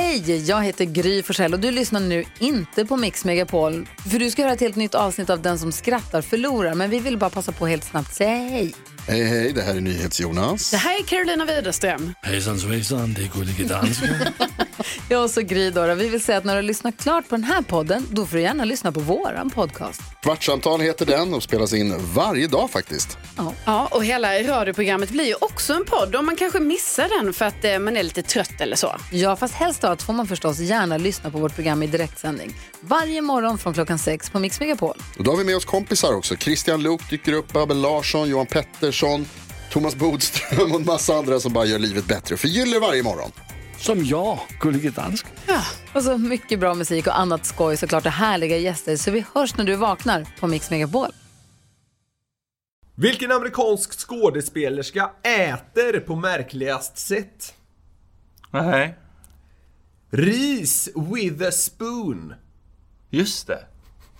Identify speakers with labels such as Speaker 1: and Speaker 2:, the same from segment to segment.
Speaker 1: Hej, jag heter Gry Forssell och du lyssnar nu inte på Mix Megapol. För du ska höra ett helt nytt avsnitt av Den som skrattar förlorar. Men vi vill bara passa på helt snabbt säga hej.
Speaker 2: Hej, hej, det här är NyhetsJonas.
Speaker 3: Det här är Carolina Widerström.
Speaker 4: Hejsan svejsan, det är Gullige Dansken.
Speaker 1: Jag och så Gry då. Vi vill säga att när du har lyssnat klart på den här podden, då får du gärna lyssna på våran podcast.
Speaker 2: Kvartsamtal heter den och spelas in varje dag faktiskt.
Speaker 3: Ja, och hela radioprogrammet blir ju också en podd om man kanske missar den för att man är lite trött eller så.
Speaker 1: Ja, fast helst då får man förstås gärna lyssna på vårt program i direktsändning. Varje morgon från 6 på Mix Megapol.
Speaker 2: Och då har vi med oss kompisar också. Christian Luuk dyker upp, Abel Larsson, Johan Pettersson, Thomas Bodström och en massa andra som bara gör livet bättre och förgyller varje morgon.
Speaker 4: Som jag, Gullige Dansken.
Speaker 1: Ja, och så mycket bra musik och annat skoj, såklart, och härliga gäster. Så vi hörs när du vaknar på Mix Megapol.
Speaker 5: Vilken amerikansk skådespelerska äter på märkligast sätt?
Speaker 6: Nej.
Speaker 5: Ris with a spoon.
Speaker 6: Just det.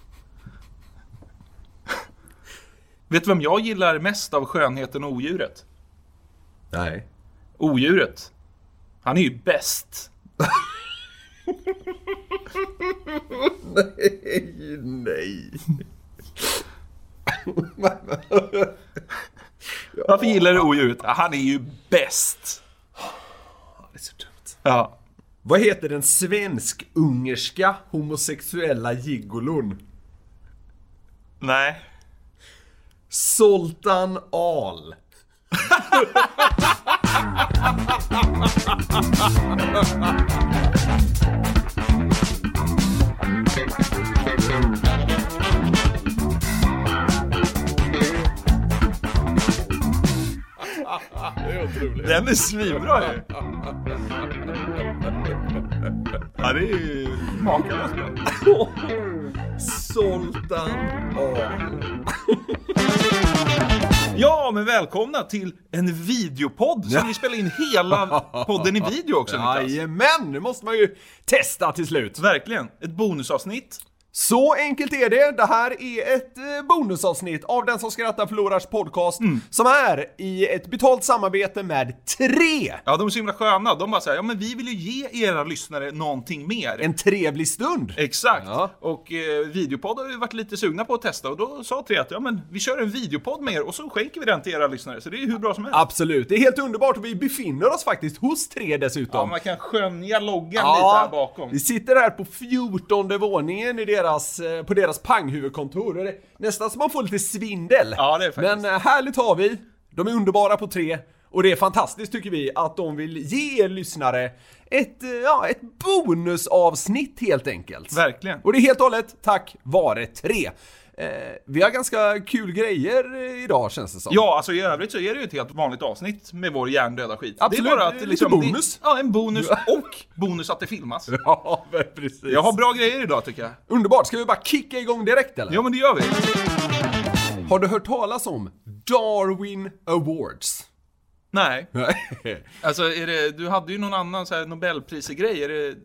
Speaker 6: Vet du vem jag gillar mest av skönheten och odjuret?
Speaker 5: Nej.
Speaker 6: Odjuret. Han är ju bäst.
Speaker 5: Nej.
Speaker 6: Varför gillar du odjuret? Han är ju bäst.
Speaker 5: Det är så dumt.
Speaker 6: Ja.
Speaker 5: Vad heter den svensk-ungerska homosexuella gigolon?
Speaker 6: Nej.
Speaker 5: Zoltan Ahl.
Speaker 6: Den är svinbra ju. Ja, det är ju makalöst bra.
Speaker 5: Zoltan Ahl.
Speaker 6: Ja, men välkomna till en videopodd som vi spelar in hela podden i video också, Niklas.
Speaker 5: Jajamän, nu måste man ju testa till slut.
Speaker 6: Verkligen, ett bonusavsnitt.
Speaker 5: Så enkelt är det. Det här är ett bonusavsnitt av Den som skrattar förlorars podcast som är i ett betalt samarbete med 3.
Speaker 6: Ja, de är så himla sköna. De bara säger, ja men vi vill ju ge era lyssnare någonting mer.
Speaker 5: En trevlig stund.
Speaker 6: Exakt.
Speaker 5: Ja.
Speaker 6: Och videopodd har vi varit lite sugna på att testa. Och då sa 3 att ja, men vi kör en videopodd med er och så skänker vi den till era lyssnare. Så det är hur bra som helst.
Speaker 5: Absolut, det är helt underbart och vi befinner oss faktiskt hos 3 dessutom.
Speaker 6: Ja, man kan skönja loggan lite här bakom.
Speaker 5: Vi sitter här på 14:e våningen i på deras panghuvudkontor. Det är nästan som man får lite svindel.
Speaker 6: Ja, det är faktiskt.
Speaker 5: Men härligt har vi. De är underbara på 3. Och det är fantastiskt tycker vi att de vill ge er lyssnare ett bonusavsnitt helt enkelt.
Speaker 6: Verkligen.
Speaker 5: Och det är helt och hållet tack vare 3. Vi har ganska kul grejer idag känns det som.
Speaker 6: Ja, alltså i övrigt så är det ju ett helt vanligt avsnitt med vår hjärndöda skit.
Speaker 5: Absolut,
Speaker 6: det är bara att
Speaker 5: lite
Speaker 6: liksom,
Speaker 5: bonus.
Speaker 6: En bonus och bonus att det filmas.
Speaker 5: Ja, precis.
Speaker 6: Jag har bra grejer idag tycker jag.
Speaker 5: Underbart, ska vi bara kicka igång direkt eller?
Speaker 6: Ja, men det gör vi.
Speaker 5: Har du hört talas om Darwin Awards?
Speaker 6: Nej. Alltså, du hade ju någon annan så här Nobelprisgrej. Är det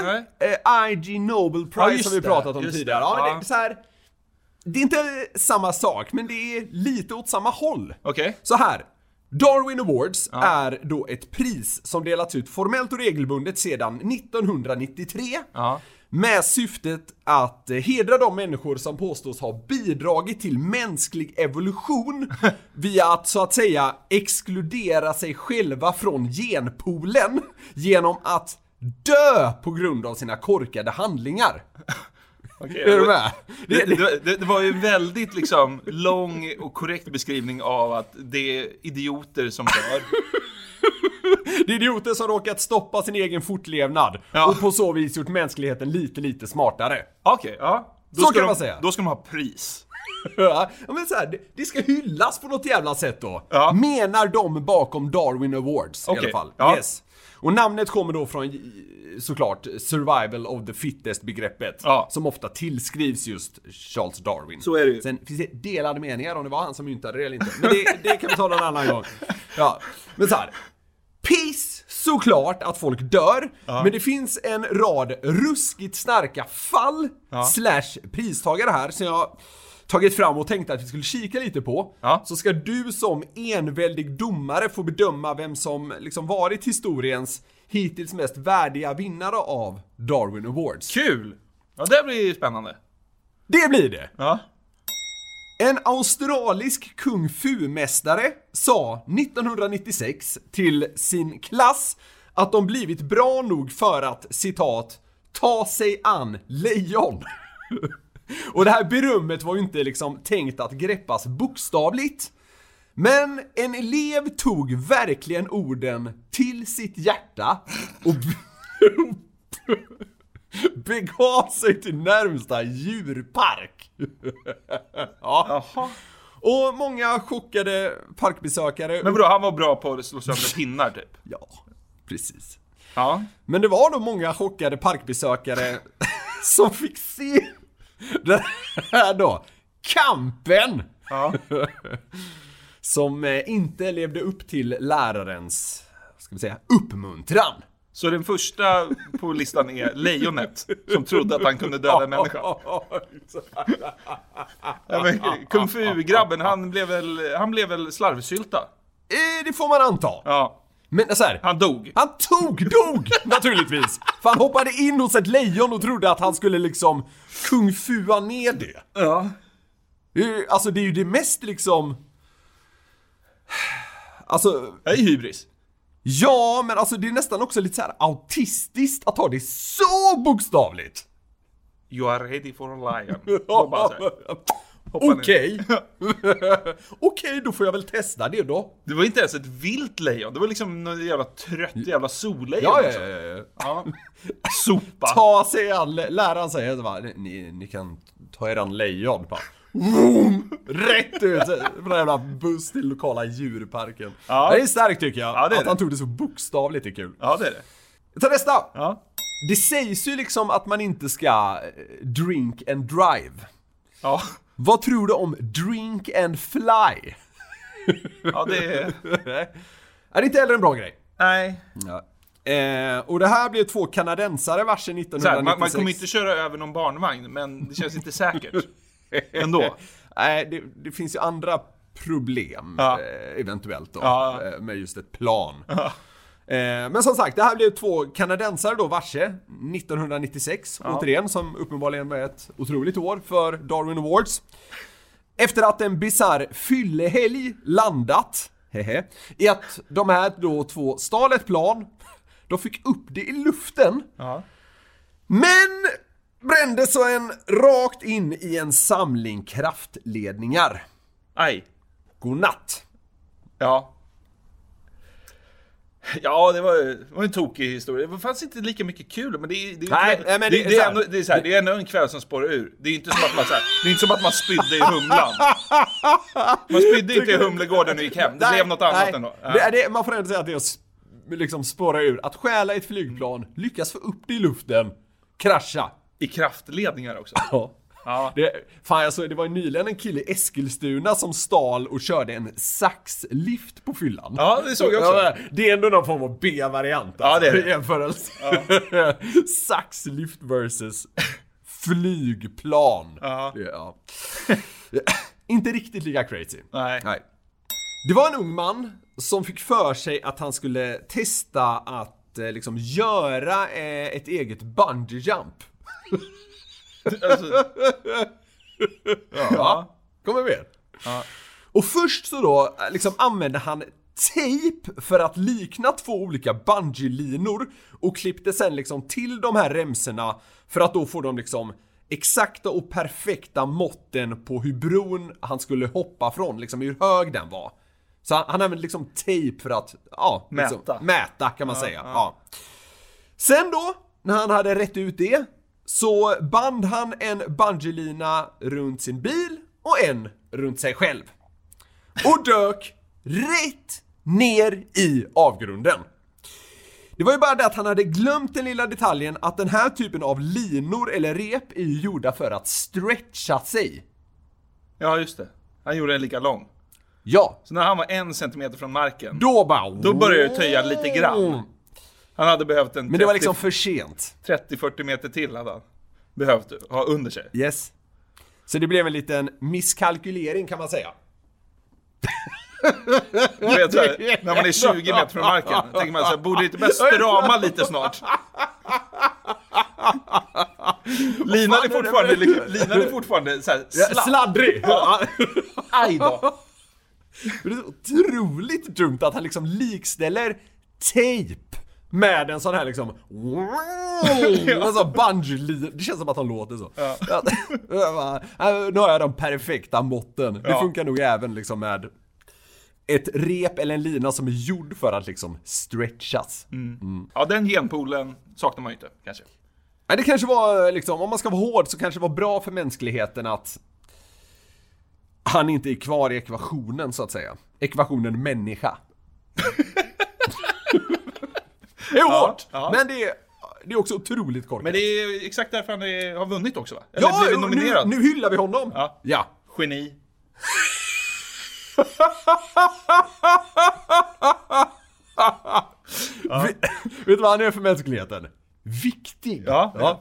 Speaker 5: IG Nobel Prize som vi pratat om tidigare. Ja, men det är så här. Det är inte samma sak, men det är lite åt samma håll.
Speaker 6: Okej.
Speaker 5: Så här. Darwin Awards är då ett pris som delats ut formellt och regelbundet sedan 1993 med syftet att hedra de människor som påstås ha bidragit till mänsklig evolution via att så att säga exkludera sig själva från genpoolen genom att dö på grund av sina korkade handlingar.
Speaker 6: Okay,
Speaker 5: är du med?
Speaker 6: Det var ju väldigt liksom lång och korrekt beskrivning av att det är idioter som dör.
Speaker 5: Det är idioter som råkat stoppa sin egen fortlevnad och på så vis gjort mänskligheten lite smartare.
Speaker 6: Okej, ja.
Speaker 5: Så kan man säga.
Speaker 6: Då ska de ha pris.
Speaker 5: Ja, men så här, det ska hyllas på något jävla sätt då. Menar de bakom Darwin Awards i alla fall. Yes. Och namnet kommer då från såklart survival of the fittest begreppet som ofta tillskrivs just Charles Darwin.
Speaker 6: Så är det ju.
Speaker 5: Sen finns det delade meningar om det var han som myntade det eller inte. Men det kan vi ta en annan gång. Ja, men så här. Piss, såklart att folk dör. Men det finns en rad ruskigt starka fall / pristagare här som jag tagit fram och tänkte att vi skulle kika lite på. Så ska du som enväldig domare få bedöma vem som liksom varit historiens hittills mest värdiga vinnare av Darwin Awards.
Speaker 6: Kul! Ja, det blir ju spännande.
Speaker 5: Det blir det.
Speaker 6: Ja.
Speaker 5: En australisk kung fu-mästare sa 1996 till sin klass att de blivit bra nog för att, citat, ta sig an lejon. Och det här berömmet var ju inte liksom tänkt att greppas bokstavligt. Men en elev tog verkligen orden till sitt hjärta och begav sig till närmsta djurpark. Ja.
Speaker 6: Jaha.
Speaker 5: Och många chockade parkbesökare.
Speaker 6: Men bro, han var bra på att slå sönder pinnar typ.
Speaker 5: Ja, precis.
Speaker 6: Ja.
Speaker 5: Men det var då många chockade parkbesökare som fick se den här då kampen.
Speaker 6: Ja.
Speaker 5: Som inte levde upp till lärarens, ska vi säga, uppmuntran.
Speaker 6: Så den första på listan är lejonet som trodde att han kunde döda en människa. Ja, men Kung Fu-grabben, han blev väl slarvsylta?
Speaker 5: Det får man anta.
Speaker 6: Ja.
Speaker 5: Men så här,
Speaker 6: Han dog.
Speaker 5: han dog naturligtvis. För han hoppade in hos ett lejon och trodde att han skulle liksom Kung Fua ner det.
Speaker 6: Ja.
Speaker 5: Alltså det är ju det mest liksom... Alltså...
Speaker 6: Det är hybris.
Speaker 5: Ja, men alltså det är nästan också lite så här autistiskt att ta det så bokstavligt.
Speaker 6: You are ready for a lion.
Speaker 5: Okej. Okej, då får jag väl testa det då.
Speaker 6: Det var inte ens ett vilt lejon. Det var liksom någon jävla trött jävla sollejon.
Speaker 5: Ja.
Speaker 6: Ja. Sopa.
Speaker 5: Ta sig an, läraren säger va, ni kan ta eran lejon bara. Rätt ut på den jävla buss till lokala djurparken.
Speaker 6: Ja.
Speaker 5: Det är starkt tycker jag.
Speaker 6: Ja, det är
Speaker 5: att
Speaker 6: det.
Speaker 5: han tog det så bokstavligt är kul.
Speaker 6: Ja, det är det.
Speaker 5: Ta nästa.
Speaker 6: Ja.
Speaker 5: Det sägs ju liksom att man inte ska drink and drive.
Speaker 6: Ja.
Speaker 5: Vad tror du om drink and fly?
Speaker 6: Ja, det är...
Speaker 5: Är det inte heller en bra grej?
Speaker 6: Nej.
Speaker 5: Ja. Och det här blev 2 kanadensare varsin 1996.
Speaker 6: Man kommer inte köra över någon barnvagn, men det känns inte säkert. Ändå.
Speaker 5: Nej, det finns ju andra problem eventuellt då, med just ett plan. Men som sagt, det här blev 2 kanadensare då varse 1996, återigen, som uppenbarligen var ett otroligt år för Darwin Awards. Efter att en bizarr fyllehelg landat i att de här då 2 stal ett plan, de fick upp det i luften. Men brände så en rakt in i en samling kraftledningar.
Speaker 6: Aj.
Speaker 5: Godnatt.
Speaker 6: Ja. Ja, det var en tokig historia. Det fanns inte lika mycket kul, men det är ändå en kväll som spårar ur. Det är inte som att man det är inte som att man spydde i humlan. Man spydde inte i Humlegården och gick hem. Det blev något annat ändå. Ja.
Speaker 5: Man får ändå säga att det är att liksom spåra ur. Att stjäla ett flygplan, lyckas få upp det i luften, krascha.
Speaker 6: I kraftledningar också.
Speaker 5: Ja. Det var ju nyligen en kille i Eskilstuna som stal och körde en saxlift på fyllan.
Speaker 6: Ja, det såg jag också.
Speaker 5: Ja, det är ändå någon form av B-variant.
Speaker 6: Ja, det är det.
Speaker 5: Jämförelse. Ja. Saxlift versus flygplan. Ja. Inte riktigt lika crazy.
Speaker 6: Nej.
Speaker 5: Det var en ung man som fick för sig att han skulle testa att liksom göra ett eget bungee jump.
Speaker 6: Alltså.
Speaker 5: Kommer med. Och först så då liksom använde han tejp för att likna 2 olika bungee-linor och klippte sen liksom till de här remserna för att då få de liksom exakta och perfekta måtten på hur bron han skulle hoppa från, liksom hur hög den var. Så han använde liksom tejp för att mäta kan man säga. Ja. Sen då, när han hade rätt ut det, så band han en bungee-lina runt sin bil och en runt sig själv. Och dök rätt ner i avgrunden. Det var ju bara det att han hade glömt den lilla detaljen att den här typen av linor eller rep är gjorda för att stretcha sig.
Speaker 6: Ja, just det. Han gjorde den lika lång.
Speaker 5: Ja.
Speaker 6: Så när han var 1 centimeter från marken,
Speaker 5: Då
Speaker 6: började det töja lite grann. Han hade behövt en 30,
Speaker 5: men det var liksom för sent.
Speaker 6: 30-40 meter till hade han behövt ha under sig.
Speaker 5: Yes. Så det blev en liten misskalkylering kan man säga.
Speaker 6: Du vet, så här, när man är 20 meter från marken tänker man så här, borde inte börja strama lite snart. Linan är fortfarande så här
Speaker 5: sladdrig.
Speaker 6: Aj då.
Speaker 5: Det är så otroligt dumt att han liksom likställer tejp med en sån här liksom alltså bungee. Det känns som att han låter så. Nu har jag de perfekta måtten. Det funkar nog även liksom med ett rep eller en lina som är gjord för att liksom stretchas.
Speaker 6: Ja, den genpoolen saknar man ju inte, kanske.
Speaker 5: Nej, det kanske var liksom, om man ska vara hård så kanske det var bra för mänskligheten att han inte är kvar i ekvationen, så att säga. Ekvationen människa. Det är hårt, men det är också otroligt korkat.
Speaker 6: Men det är exakt därför han har vunnit också, va? Eller blivit nominerad.
Speaker 5: Nu hyllar vi honom. Ja.
Speaker 6: Geni.
Speaker 5: Vet du vad han är för mänskligheten? Viktig.
Speaker 6: Ja.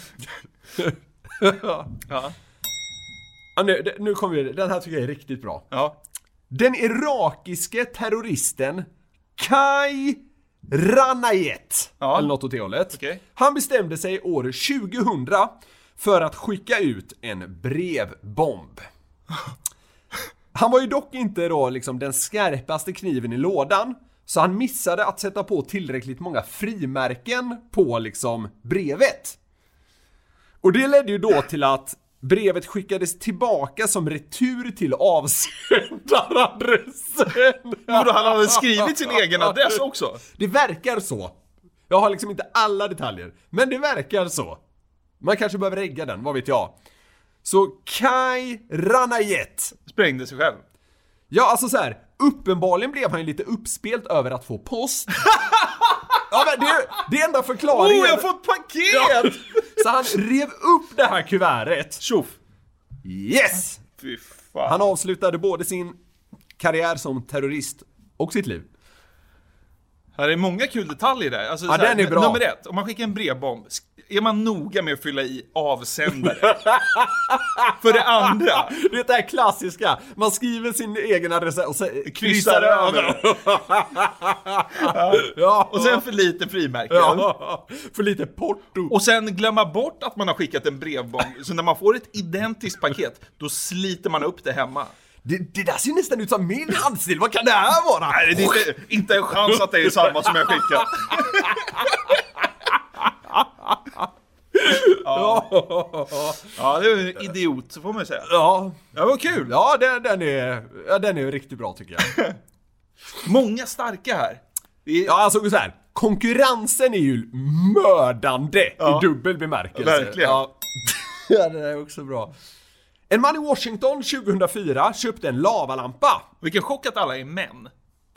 Speaker 5: Nu kommer vi. Den här tycker jag är riktigt bra.
Speaker 6: Ja.
Speaker 5: Den irakiske terroristen Kai Ranayet, eller något åt det hållet.
Speaker 6: Okay.
Speaker 5: Han bestämde sig år 2000 för att skicka ut en brevbomb. Han var ju dock inte då liksom den skarpaste kniven i lådan, så han missade att sätta på tillräckligt många frimärken på liksom brevet. Och det ledde ju då till att brevet skickades tillbaka som retur till avsändaradressen.
Speaker 6: Han hade skrivit sin egen adress också.
Speaker 5: Det verkar så. Jag har liksom inte alla detaljer, men det verkar så. Man kanske behöver regga den, vad vet jag. Så Kai Ranayet
Speaker 6: sprängde sig själv.
Speaker 5: Ja, alltså så här, uppenbarligen blev han ju lite uppspelt över att få post. Ja, men det är enda förklaringen.
Speaker 6: Jag har fått paket! Ja.
Speaker 5: Så han rev upp det här kuvertet.
Speaker 6: Tjoff.
Speaker 5: Yes!
Speaker 6: Fy fan.
Speaker 5: Han avslutade både sin karriär som terrorist och sitt liv.
Speaker 6: Här är många kul detaljer där. Alltså,
Speaker 5: ja, den är bra.
Speaker 6: Nummer 1, om man skickar en brevbomb, är man noga med att fylla i avsändare? För det andra,
Speaker 5: det är det här klassiska. Man skriver sin egen adress och så
Speaker 6: kryssar över. Ja. Och sen för lite frimärken.
Speaker 5: Ja. För lite porto.
Speaker 6: Och sen glömma bort att man har skickat en brevbomb. Så när man får ett identiskt paket, då sliter man upp det hemma.
Speaker 5: Det där ser nästan ut som min handstil. Vad kan det här vara?
Speaker 6: Nej, det är inte en chans att det är samma som jag skickat. Ja, det är en idiot, så får man säga.
Speaker 5: Ja,
Speaker 6: det var kul.
Speaker 5: Ja, den är riktigt bra, tycker jag.
Speaker 6: Många starka här.
Speaker 5: Ja, alltså så här. Konkurrensen är ju mördande i dubbel bemärkelse.
Speaker 6: Verkligen.
Speaker 5: Ja, det där är också bra. En man i Washington 2004 köpte en lavalampa.
Speaker 6: Vilken chock att alla är män.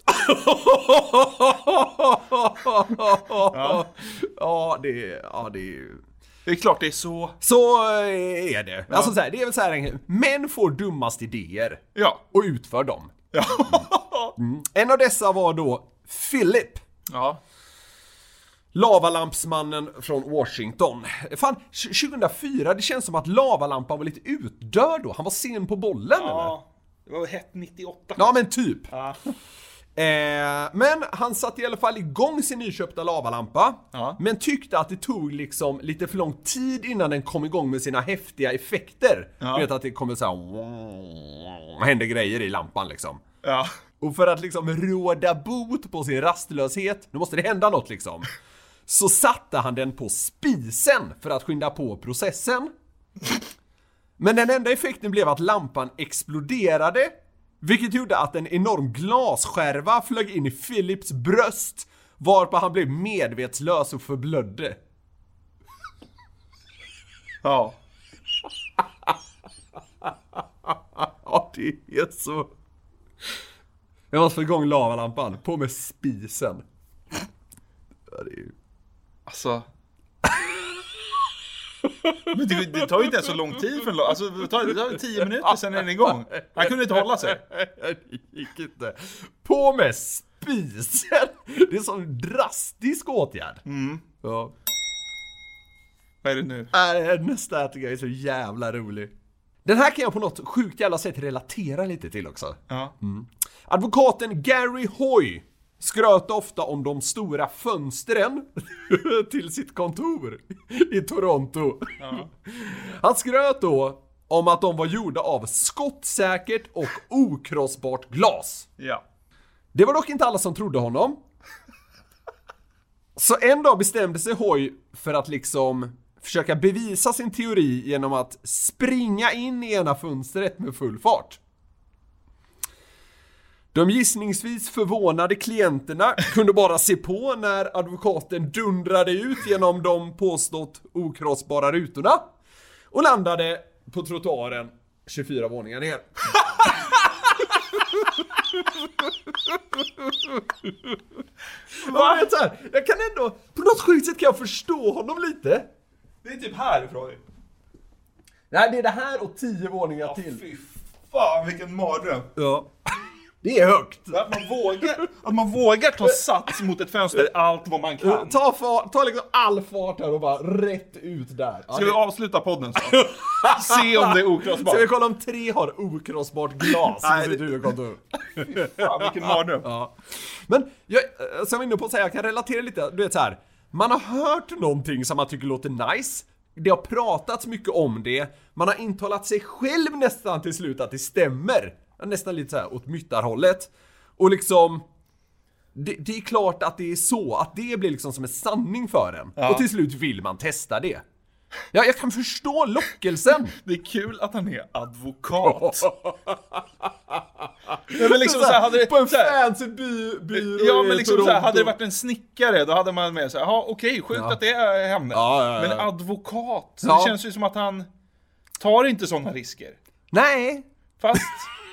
Speaker 6: Det är klart det är så.
Speaker 5: Så är det. Ja. Alltså så här, det är väl så här, män får dummast idéer.
Speaker 6: Ja.
Speaker 5: Och utför dem.
Speaker 6: Ja.
Speaker 5: En av dessa var då Philip.
Speaker 6: Ja.
Speaker 5: Lavalampsmannen från Washington. Fan, 2004, det känns som att lavalampan var lite utdöd då. Han var sen på bollen, eller?
Speaker 6: Det var hett 98.
Speaker 5: Ja, men typ. Ja. Men han satte i alla fall igång sin nyköpta lavalampa. Ja. Men tyckte att det tog liksom lite för lång tid innan den kom igång med sina häftiga effekter. Ja. Du vet att det kommer så här, händer grejer i lampan liksom.
Speaker 6: Ja.
Speaker 5: Och för att liksom råda bot på sin rastlöshet, nu måste det hända något liksom. Så satte han den på spisen för att skynda på processen. Men den enda effekten blev att lampan exploderade, vilket gjorde att en enorm glasskärva flög in i Philips bröst, varpå han blev medvetslös och förblödde.
Speaker 6: Ja.
Speaker 5: Ja, det är så. Jag måste få igång lavalampan. På med spisen. Ja, det är ju...
Speaker 6: Alltså... Men det tar ju inte så lång tid för alltså, det tar 10 minuter sen är den igång. Han kunde inte hålla sig.
Speaker 5: Det gick inte. På med spisen. Det är en sån drastisk åtgärd. Ja.
Speaker 6: Vad är det nu?
Speaker 5: Nästa ätiga är så jävla rolig. Den här kan jag på något sjukt jävla sätt relatera lite till också.
Speaker 6: Ja.
Speaker 5: Advokaten Gary Hoy skröt ofta om de stora fönstren till sitt kontor i Toronto. Han skröt då om att de var gjorda av skottsäkert och okrossbart glas.
Speaker 6: Ja.
Speaker 5: Det var dock inte alla som trodde honom. Så en dag bestämde sig Hoy för att liksom försöka bevisa sin teori genom att springa in i ena fönstret med full fart. De gissningsvis förvånade klienterna kunde bara se på när advokaten dundrade ut genom de påstått okrossbara rutorna och landade på trottoaren 24 våningar ner. Jag kan ändå, på något sjukt sätt kan jag förstå honom lite.
Speaker 6: Det är typ härifrån.
Speaker 5: Nej, det är det här och 10 våningar till.
Speaker 6: Fy fan, vilken mardröm.
Speaker 5: Ja. Det är högt.
Speaker 6: Att man vågar ta sats mot ett fönster allt vad man kan.
Speaker 5: Ta liksom all fart här och bara rätt ut där.
Speaker 6: Ska vi avsluta podden så? Se om det är okrossbart.
Speaker 5: Ska vi kolla om 3 har okrossbart glas?
Speaker 6: Nej, fan, vilken mardröm.
Speaker 5: Ja. Men jag var inne på att säga, jag kan relatera lite. Du vet så här, man har hört någonting som man tycker låter nice. Det har pratats mycket om det. Man har intalat sig själv nästan till slut att det stämmer. Nästan lite så här åt myttarhållet. Och liksom det är klart att det är så, att det blir liksom som en sanning för en. Ja. Och till slut vill man testa det. Ja, jag kan förstå lockelsen.
Speaker 6: Det är kul att han är advokat. Ja, men liksom så här, hade det,
Speaker 5: på en
Speaker 6: så här,
Speaker 5: fancy byrå.
Speaker 6: Ja, men liksom så här, hade det varit en snickare, då hade man med så här, ja okej, sjukt att det är hemne. Ja. Men advokat, det känns ju som att han tar inte sådana risker.
Speaker 5: Nej.
Speaker 6: Fast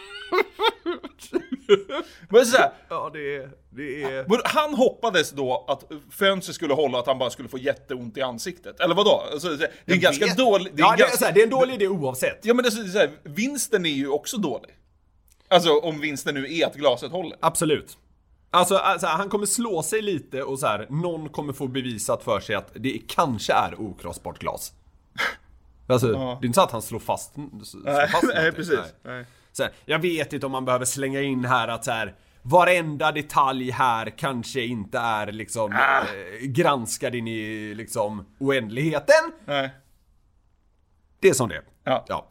Speaker 6: men så här,
Speaker 5: ja, det är...
Speaker 6: Han hoppades då att fönster skulle hålla, att han bara skulle få jätteont i ansiktet. Eller vadå? Alltså, det är en ganska dålig...
Speaker 5: Det är en dålig idé oavsett.
Speaker 6: Ja, men det är så här, vinsten är ju också dålig. Alltså om vinsten nu är att glaset håller.
Speaker 5: Absolut. Alltså han kommer slå sig lite och så här, någon kommer få bevisat för sig att det kanske är okrossbart glas. Alltså, det är inte så att han slår fast
Speaker 6: nej, precis. Nej.
Speaker 5: Så här, jag vet inte om man behöver slänga in här att så här, varenda detalj här kanske inte är liksom granskad in i liksom oändligheten.
Speaker 6: Nej.
Speaker 5: Det är som det.
Speaker 6: Ja.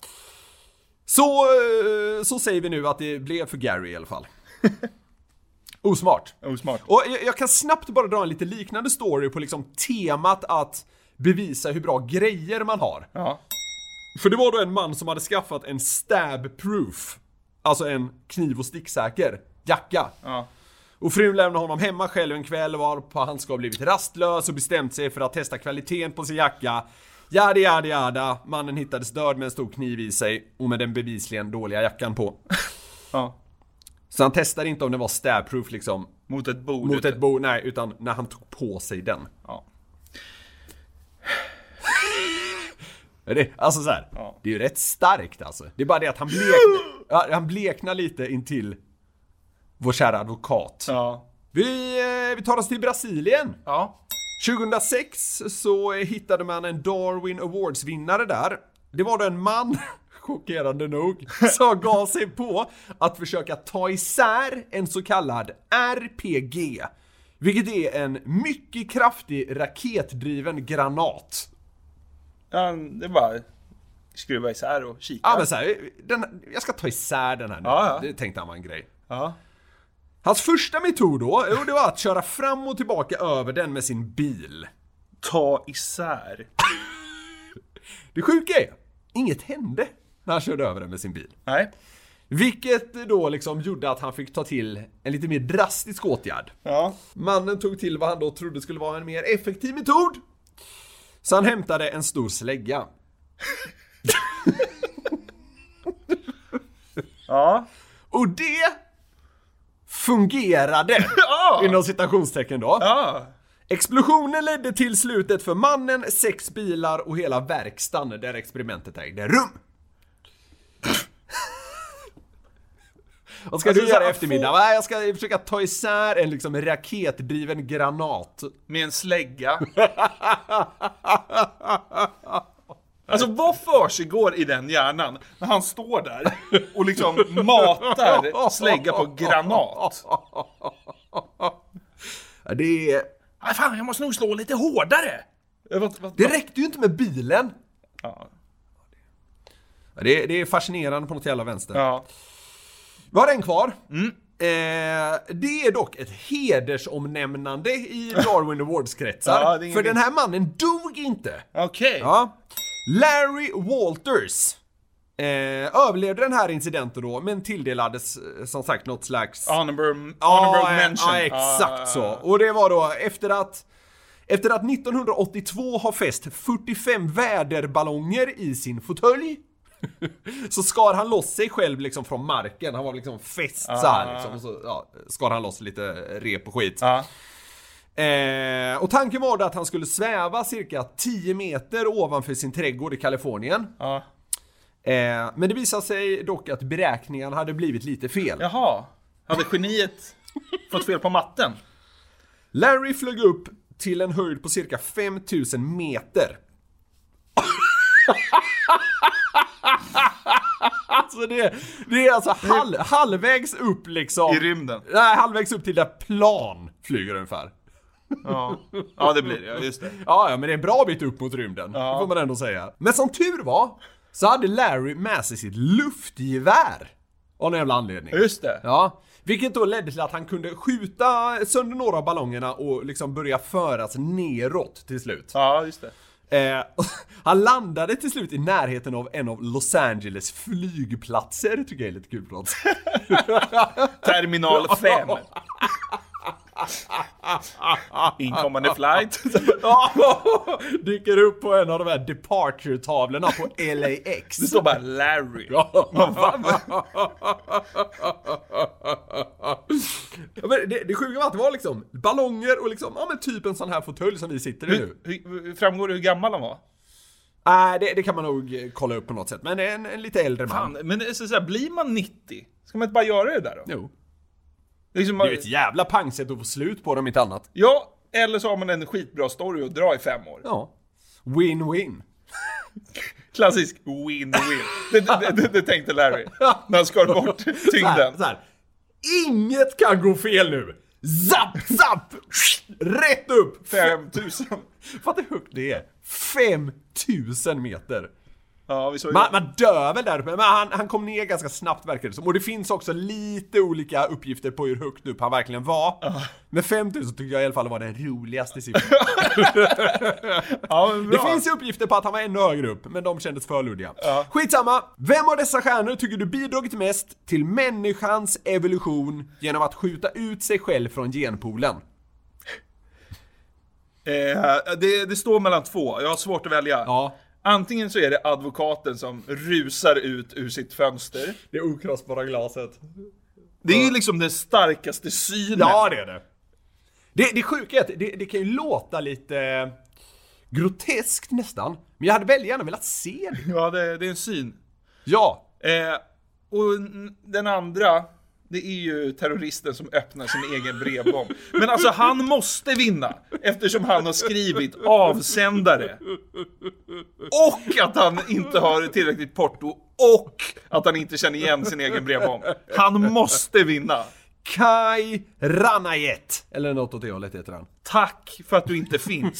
Speaker 5: Så säger vi nu att det blev för Gary i alla fall. Osmart. Och jag kan snabbt bara dra en lite liknande story på liksom temat att bevisa hur bra grejer man har.
Speaker 6: Ja.
Speaker 5: För det var då en man som hade skaffat en stab-proof, alltså en kniv- och sticksäker jacka.
Speaker 6: Ja.
Speaker 5: Och frun lämnade honom hemma själv en kväll, varpå han ska ha blivit rastlös och bestämt sig för att testa kvaliteten på sin jacka. Jada. Mannen hittades död med en stor kniv i sig och med den bevisligen dåliga jackan på.
Speaker 6: Ja.
Speaker 5: Så han testade inte om det var stab-proof liksom.
Speaker 6: Mot ett bord.
Speaker 5: Nej, utan när han tog på sig den.
Speaker 6: Ja.
Speaker 5: Alltså så här, det är ju rätt starkt alltså. Det är bara det att han bleknar lite intill vår kära advokat.
Speaker 6: Ja.
Speaker 5: Vi tar oss till Brasilien.
Speaker 6: Ja.
Speaker 5: 2006 så hittade man en Darwin Awards-vinnare där. Det var då en man, chockerande nog, som gav sig på att försöka ta isär en så kallad RPG. Vilket är en mycket kraftig raketdriven granat.
Speaker 6: Ja, det är bara skruva isär och kika.
Speaker 5: Ja, men så här, jag ska ta isär den här nu.
Speaker 6: Ja.
Speaker 5: Det tänkte han var en grej.
Speaker 6: Ja.
Speaker 5: Hans första metod då, det var att köra fram och tillbaka över den med sin bil.
Speaker 6: Ta isär.
Speaker 5: Det sjuka är, inget hände när han körde över den med sin bil.
Speaker 6: Nej.
Speaker 5: Vilket då liksom gjorde att han fick ta till en lite mer drastisk åtgärd.
Speaker 6: Ja.
Speaker 5: Mannen tog till vad han då trodde skulle vara en mer effektiv metod. Så han hämtade en stor slägga.
Speaker 6: Ja.
Speaker 5: Och det fungerade. Inom citationstecken då.
Speaker 6: Ja.
Speaker 5: Explosionen ledde till slutet för mannen, 6 bilar och hela verkstaden där experimentet ägde rum. Vad ska du göra i eftermiddag? Jag ska försöka ta isär en liksom raketdriven granat.
Speaker 6: Med en slägga. Alltså vad försiggår i den hjärnan när han står där och liksom matar slägga på granat?
Speaker 5: Det är...
Speaker 6: Fan, jag måste nog slå lite hårdare.
Speaker 5: Det räckte ju inte med bilen.
Speaker 6: Ja.
Speaker 5: Det är fascinerande på något jävla vänster.
Speaker 6: Ja.
Speaker 5: Vi har en kvar. Det är dock ett hedersomnämnande i Darwin Awards-kretsar.
Speaker 6: Ja,
Speaker 5: för den här mannen dog inte.
Speaker 6: Okej.
Speaker 5: Ja. Larry Walters överlevde den här incidenten då, men tilldelades som sagt något slags
Speaker 6: honorable mention.
Speaker 5: Ja, exakt så. Och det var då efter att 1982 har fäst 45 väderballonger i sin fåtölj, så skar han loss sig själv liksom från marken. Han var liksom fäst så här liksom, och så skar han loss lite rep och skit. Och tanken var då att han skulle sväva cirka 10 meter ovanför sin trädgård i Kalifornien. Men det visade sig dock att beräkningarna hade blivit lite fel.
Speaker 6: Jaha, hade geniet fått fel på matten?
Speaker 5: Larry flög upp till en höjd på cirka 5000 meter. Alltså det är alltså halvvägs upp liksom.
Speaker 6: I rymden?
Speaker 5: Nej, halvvägs upp till där plan flyger ungefär.
Speaker 6: Ja, det blir det, just det.
Speaker 5: Ja, men det är en bra bit upp mot rymden, det får man ändå säga. Men som tur var så hade Larry med sig sitt luftgevär av någon jävla anledning.
Speaker 6: Just det.
Speaker 5: Ja, vilket då ledde till att han kunde skjuta sönder några av ballongerna och liksom börja föras neråt till slut.
Speaker 6: Ja, just det.
Speaker 5: Han landade till slut i närheten av en av Los Angeles flygplatser. Tycker jag är lite kul på något.
Speaker 6: Terminal 5. Inkommande flight.
Speaker 5: Dyker upp på en av de här departure-tavlorna på LAX.
Speaker 6: Det står bara Larry.
Speaker 5: Men det sjuka var att det var liksom ballonger och liksom, men typ en sån här fåtölj som vi sitter i nu.
Speaker 6: Framgår det hur gammal han var?
Speaker 5: Nej, det kan man nog kolla upp på något sätt. Men det är en lite äldre man.
Speaker 6: Fan, men så här, blir man 90? Ska man inte bara göra det där då?
Speaker 5: Jo.
Speaker 6: Liksom,
Speaker 5: det är ett jävla pangsätt att få slut på dem, inte annat.
Speaker 6: Ja, eller så har man en skitbra story att dra i 5 år.
Speaker 5: Ja. Win-win.
Speaker 6: Klassisk win-win. Det tänkte Larry när han skar bort tyngden.
Speaker 5: Så här. Inget kan gå fel nu. Zapp! Rätt upp!
Speaker 6: 5000.
Speaker 5: Fattar hur högt det är? 5000 meter.
Speaker 6: Ja, vi såg
Speaker 5: man dör väl där uppe, men han kom ner ganska snabbt verkar det som. Och det finns också lite olika uppgifter på hur högt upp han verkligen var. Men 5000 tycker jag i alla fall var den roligaste siffran. Det finns uppgifter på att han var ännu högre upp, men de kändes för luddiga. Skitsamma, vem av dessa stjärnor tycker du bidragit mest till människans evolution genom att skjuta ut sig själv från genpoolen?
Speaker 6: Det står mellan 2, jag har svårt att välja.
Speaker 5: Ja.
Speaker 6: Antingen så är det advokaten som rusar ut ur sitt fönster.
Speaker 5: Det okrossbara glaset.
Speaker 6: Det är ju liksom den starkaste synen.
Speaker 5: Ja, det är det. Det sjuka är att det kan ju låta lite groteskt nästan. Men jag hade väldigt gärna velat se det.
Speaker 6: Ja, det är en syn.
Speaker 5: Ja.
Speaker 6: Och den andra, det är ju terroristen som öppnar sin egen brevbomb. Men alltså han måste vinna, eftersom han har skrivit avsändare. Och att han inte har tillräckligt porto. Och att han inte känner igen sin egen brevbomb. Han måste vinna.
Speaker 5: Kai Ranayet. Eller något åt det hållet heter han.
Speaker 6: Tack för att du inte finns.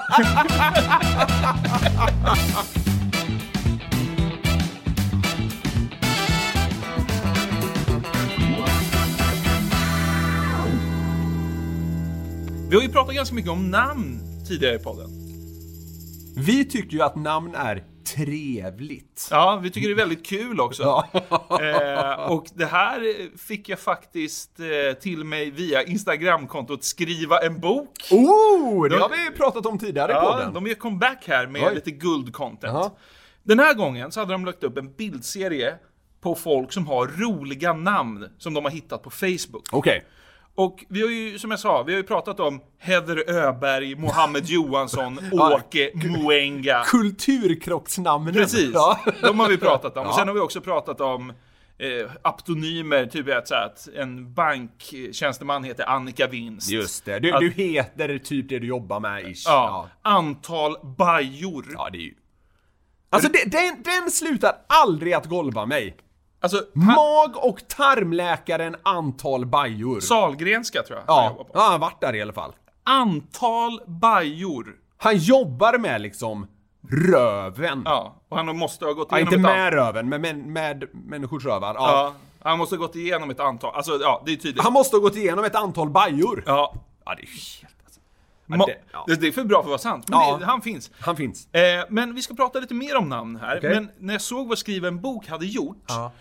Speaker 6: Vi har ju pratat ganska mycket om namn tidigare i podden.
Speaker 5: Vi tycker ju att namn är trevligt.
Speaker 6: Ja, vi tycker det är väldigt kul också. Och det här fick jag faktiskt till mig via Instagramkontot Skriva en bok.
Speaker 5: Det har vi pratat om tidigare i podden.
Speaker 6: De gör comeback här med lite guldcontent. Den här gången så hade de lagt upp en bildserie på folk som har roliga namn som de har hittat på Facebook.
Speaker 5: Okej.
Speaker 6: Och vi har ju, som jag sa, vi har ju pratat om Heather Öberg, Mohammed Johansson, Åke Moenga.
Speaker 5: Kulturkrocksnamnen.
Speaker 6: Precis, de har vi pratat om. Och sen har vi också pratat om aptonymer, typ att en banktjänsteman heter Annika Vinst.
Speaker 5: Just det, du heter typ det du jobbar med ish.
Speaker 6: Antal bajor.
Speaker 5: Ja, det är ju... Alltså den slutar aldrig att golva mig.
Speaker 6: Alltså,
Speaker 5: mag- och tarmläkaren Antal Bajor.
Speaker 6: Sahlgrenska tror jag.
Speaker 5: Ja, han har varit där i alla fall.
Speaker 6: Antal Bajor.
Speaker 5: Han jobbar med liksom röven.
Speaker 6: Ja, och han måste ha gått igenom
Speaker 5: inte med röven, men med människors rövar.
Speaker 6: Ja, han måste ha gått igenom ett antal. Alltså, ja, det är tydligt.
Speaker 5: Han måste ha gått igenom ett antal bajor.
Speaker 6: Ja,
Speaker 5: det är helt...
Speaker 6: Det är för bra för att vara sant, men han finns.
Speaker 5: Han finns.
Speaker 6: Men vi ska prata lite mer om namn här.
Speaker 5: Okay.
Speaker 6: Men när jag såg vad Skriva en bok hade gjort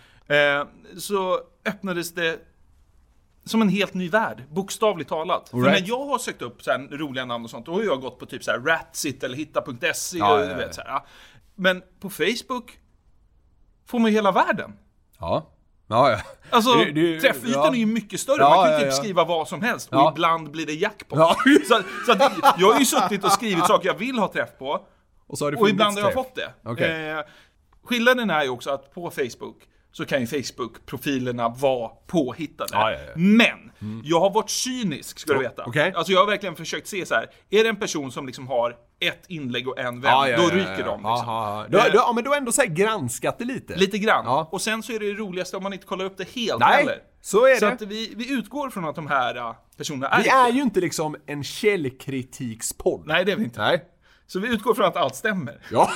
Speaker 6: så öppnades det som en helt ny värld, bokstavligt talat. För när jag har sökt upp så här roliga namn och sånt, då har jag gått på typ så här Ratsit eller hitta.se vet, så här. Men på Facebook får man ju hela världen.
Speaker 5: Ja.
Speaker 6: Alltså, träffytan är ju mycket större. Man kan ju typ skriva vad som helst. Och ibland blir det jackpot. Så att jag har ju suttit och skrivit saker jag vill ha träff på. Och ibland har jag fått det.
Speaker 5: Okay.
Speaker 6: Skillnaden är ju också att på Facebook så kan ju Facebook-profilerna vara påhittade. Men jag har varit cynisk, ska du veta.
Speaker 5: Okay.
Speaker 6: Alltså jag har verkligen försökt se så här. Är det en person som liksom har ett inlägg och en vän, då ryker de liksom.
Speaker 5: Men du har ändå så här granskat det lite.
Speaker 6: Lite grann. Och sen så är det roligaste om man inte kollar upp det helt
Speaker 5: Nej,
Speaker 6: heller.
Speaker 5: så är det.
Speaker 6: Så att vi utgår från att de här personerna är...
Speaker 5: Vi är ju inte liksom en källkritikspodd.
Speaker 6: Nej, det är vi inte.
Speaker 5: Nej.
Speaker 6: Så vi utgår från att allt stämmer.
Speaker 5: Ja.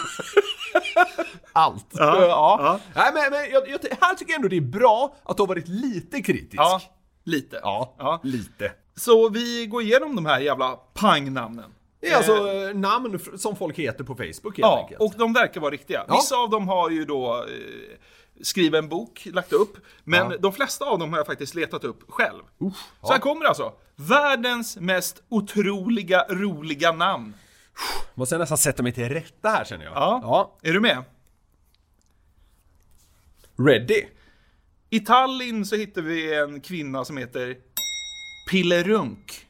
Speaker 5: Allt. Ja. Nej, men här tycker jag ändå det är bra att du har varit lite kritisk.
Speaker 6: Ja, lite.
Speaker 5: Ja, lite.
Speaker 6: Så vi går igenom de här jävla pangnamnen.
Speaker 5: Det är alltså namn som folk heter på Facebook helt enkelt.
Speaker 6: Och de verkar vara riktiga. Vissa av dem har ju då skrivit en bok, lagt upp. Men de flesta av dem har jag faktiskt letat upp själv. Så här kommer det alltså. Världens mest otroliga, roliga namn.
Speaker 5: Måste jag nästan sätta mig till rätta här, känner jag.
Speaker 6: Ja. Är du med?
Speaker 5: Ready.
Speaker 6: I Tallinn så hittar vi en kvinna som heter Pillerunk.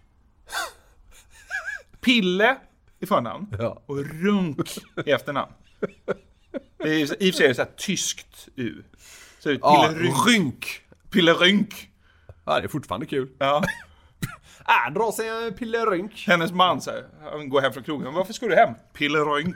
Speaker 6: Pille i förnamn och Runk i efternamn. I och för sig är det så här tyskt U. Så är det Pillerunk. Pillerunk.
Speaker 5: Ja, det är fortfarande kul.
Speaker 6: Ja.
Speaker 5: Dra sig en pillerunk.
Speaker 6: Hennes man säger, han går hem från krogen. Varför ska du hem? Pillerunk.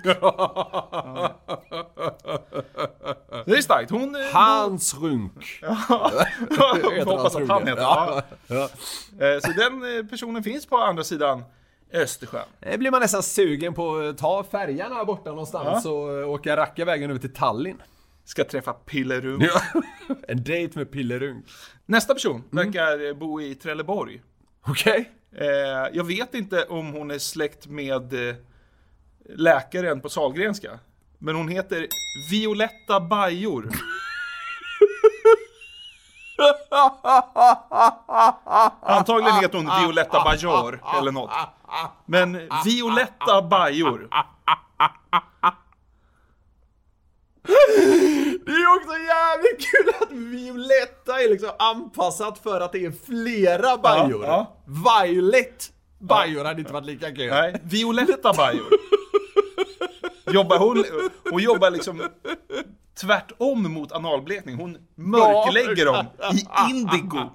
Speaker 6: Det är starkt.
Speaker 5: Hans runk.
Speaker 6: Jag hoppas att han heter. Så den personen finns på andra sidan Östersjön.
Speaker 5: Det blir man nästan sugen på att ta färjan här borta någonstans och åka racka vägen över till Tallinn.
Speaker 6: Ska träffa Pillerunk.
Speaker 5: En dejt med Pillerunk.
Speaker 6: Nästa person verkar bo i Trelleborg.
Speaker 5: Okej.
Speaker 6: Jag vet inte om hon är släkt med läkaren på Sahlgrenska. Men hon heter Violetta Bajor. Antagligen heter hon Violetta Bajor eller något. Men Violetta Bajor.
Speaker 5: Det är också jävligt kul att Violetta är liksom anpassat för att det är flera bajor. Violet Bajor hade inte varit lika kul.
Speaker 6: Nej, Violetta Bajor. Hon jobbar liksom tvärtom mot analblekning. Hon mörklägger dem i indigo.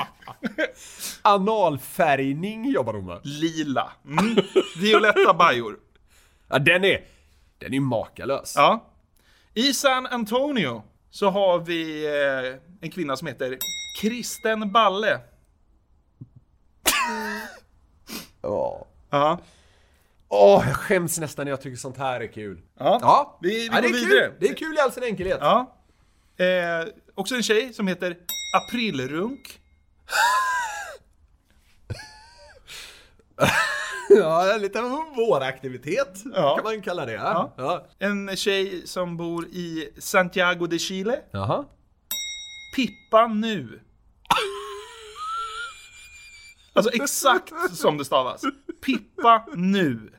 Speaker 5: Analfärgning jobbar hon med.
Speaker 6: Lila. Violetta Bajor.
Speaker 5: Ja, den är makalös.
Speaker 6: Ja. I San Antonio så har vi en kvinna som heter Kristen Balle.
Speaker 5: Jag skäms nästan när jag tycker sånt här är kul.
Speaker 6: Vi går vidare.
Speaker 5: Det är kul i all sin enkelhet.
Speaker 6: Ja. Också en tjej som heter Aprilrunk.
Speaker 5: Ja, lite våraktivitet kan man kalla det. Ja.
Speaker 6: En tjej som bor i Santiago de Chile.
Speaker 5: Jaha.
Speaker 6: Pippa nu. Alltså exakt som det stavas. Pippa nu.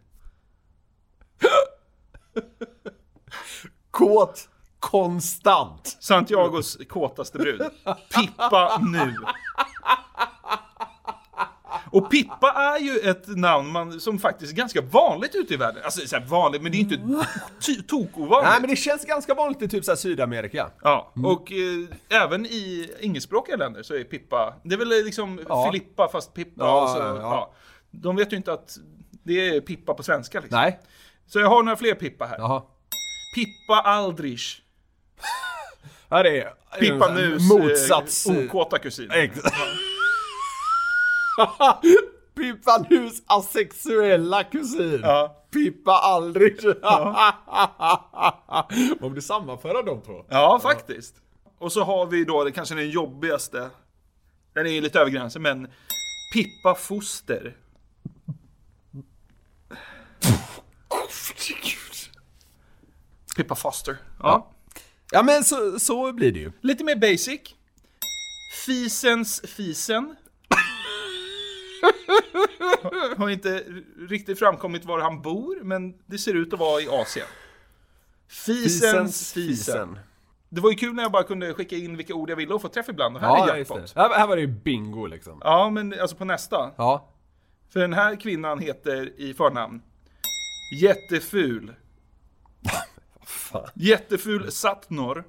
Speaker 5: Kåt konstant.
Speaker 6: Santiagos kåtaste brud. Pippa nu. Och Pippa är ju ett namn som faktiskt är ganska vanligt ute i världen. Alltså så här vanligt, men det är inte tok-ovanligt.
Speaker 5: Nej, men det känns ganska vanligt i typ så här Sydamerika.
Speaker 6: Ja, och även i engelskspråkiga länder så är Pippa, det är väl liksom Filippa fast Pippa. De vet ju inte att det är Pippa på svenska liksom.
Speaker 5: Nej.
Speaker 6: Så jag har några fler Pippa här.
Speaker 5: Jaha.
Speaker 6: Pippa Aldrich.
Speaker 5: Här är
Speaker 6: Pippa Nus
Speaker 5: motsats.
Speaker 6: okåta kusin.
Speaker 5: Pippa Nus asexuella kusin.
Speaker 6: Ja.
Speaker 5: Pippa aldrig. Om du sammanföra de två.
Speaker 6: Ja, faktiskt. Och så har vi då, det kanske är den jobbigaste. Den är lite över gränsen, men Pippa Foster. Pippa Foster. Ja.
Speaker 5: Ja, men så blir det ju.
Speaker 6: Lite mer basic. Fisens Fisen. Har inte riktigt framkommit var han bor, men det ser ut att vara i Asien. Fisens Fisen. Det var ju kul när jag bara kunde skicka in vilka ord jag ville och få träff ibland. Och här är jackpot.
Speaker 5: Här var det ju bingo liksom.
Speaker 6: Ja, men alltså på nästa.
Speaker 5: Ja.
Speaker 6: För den här kvinnan heter i förnamn Jätteful. Jätteful Satnor.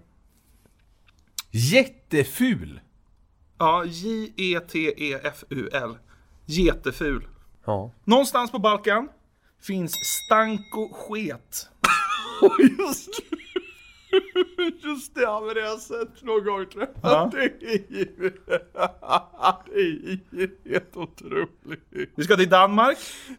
Speaker 5: Jätteful.
Speaker 6: Ja, J-E-T-E-F-U-L. Jätteful.
Speaker 5: Ja.
Speaker 6: Någonstans på Balkan finns Stanko Sket.
Speaker 5: Just det, ja, men det har jag sett någon gång, tror jag.
Speaker 6: Ja.
Speaker 5: Det är helt otroligt.
Speaker 6: Vi ska till Danmark.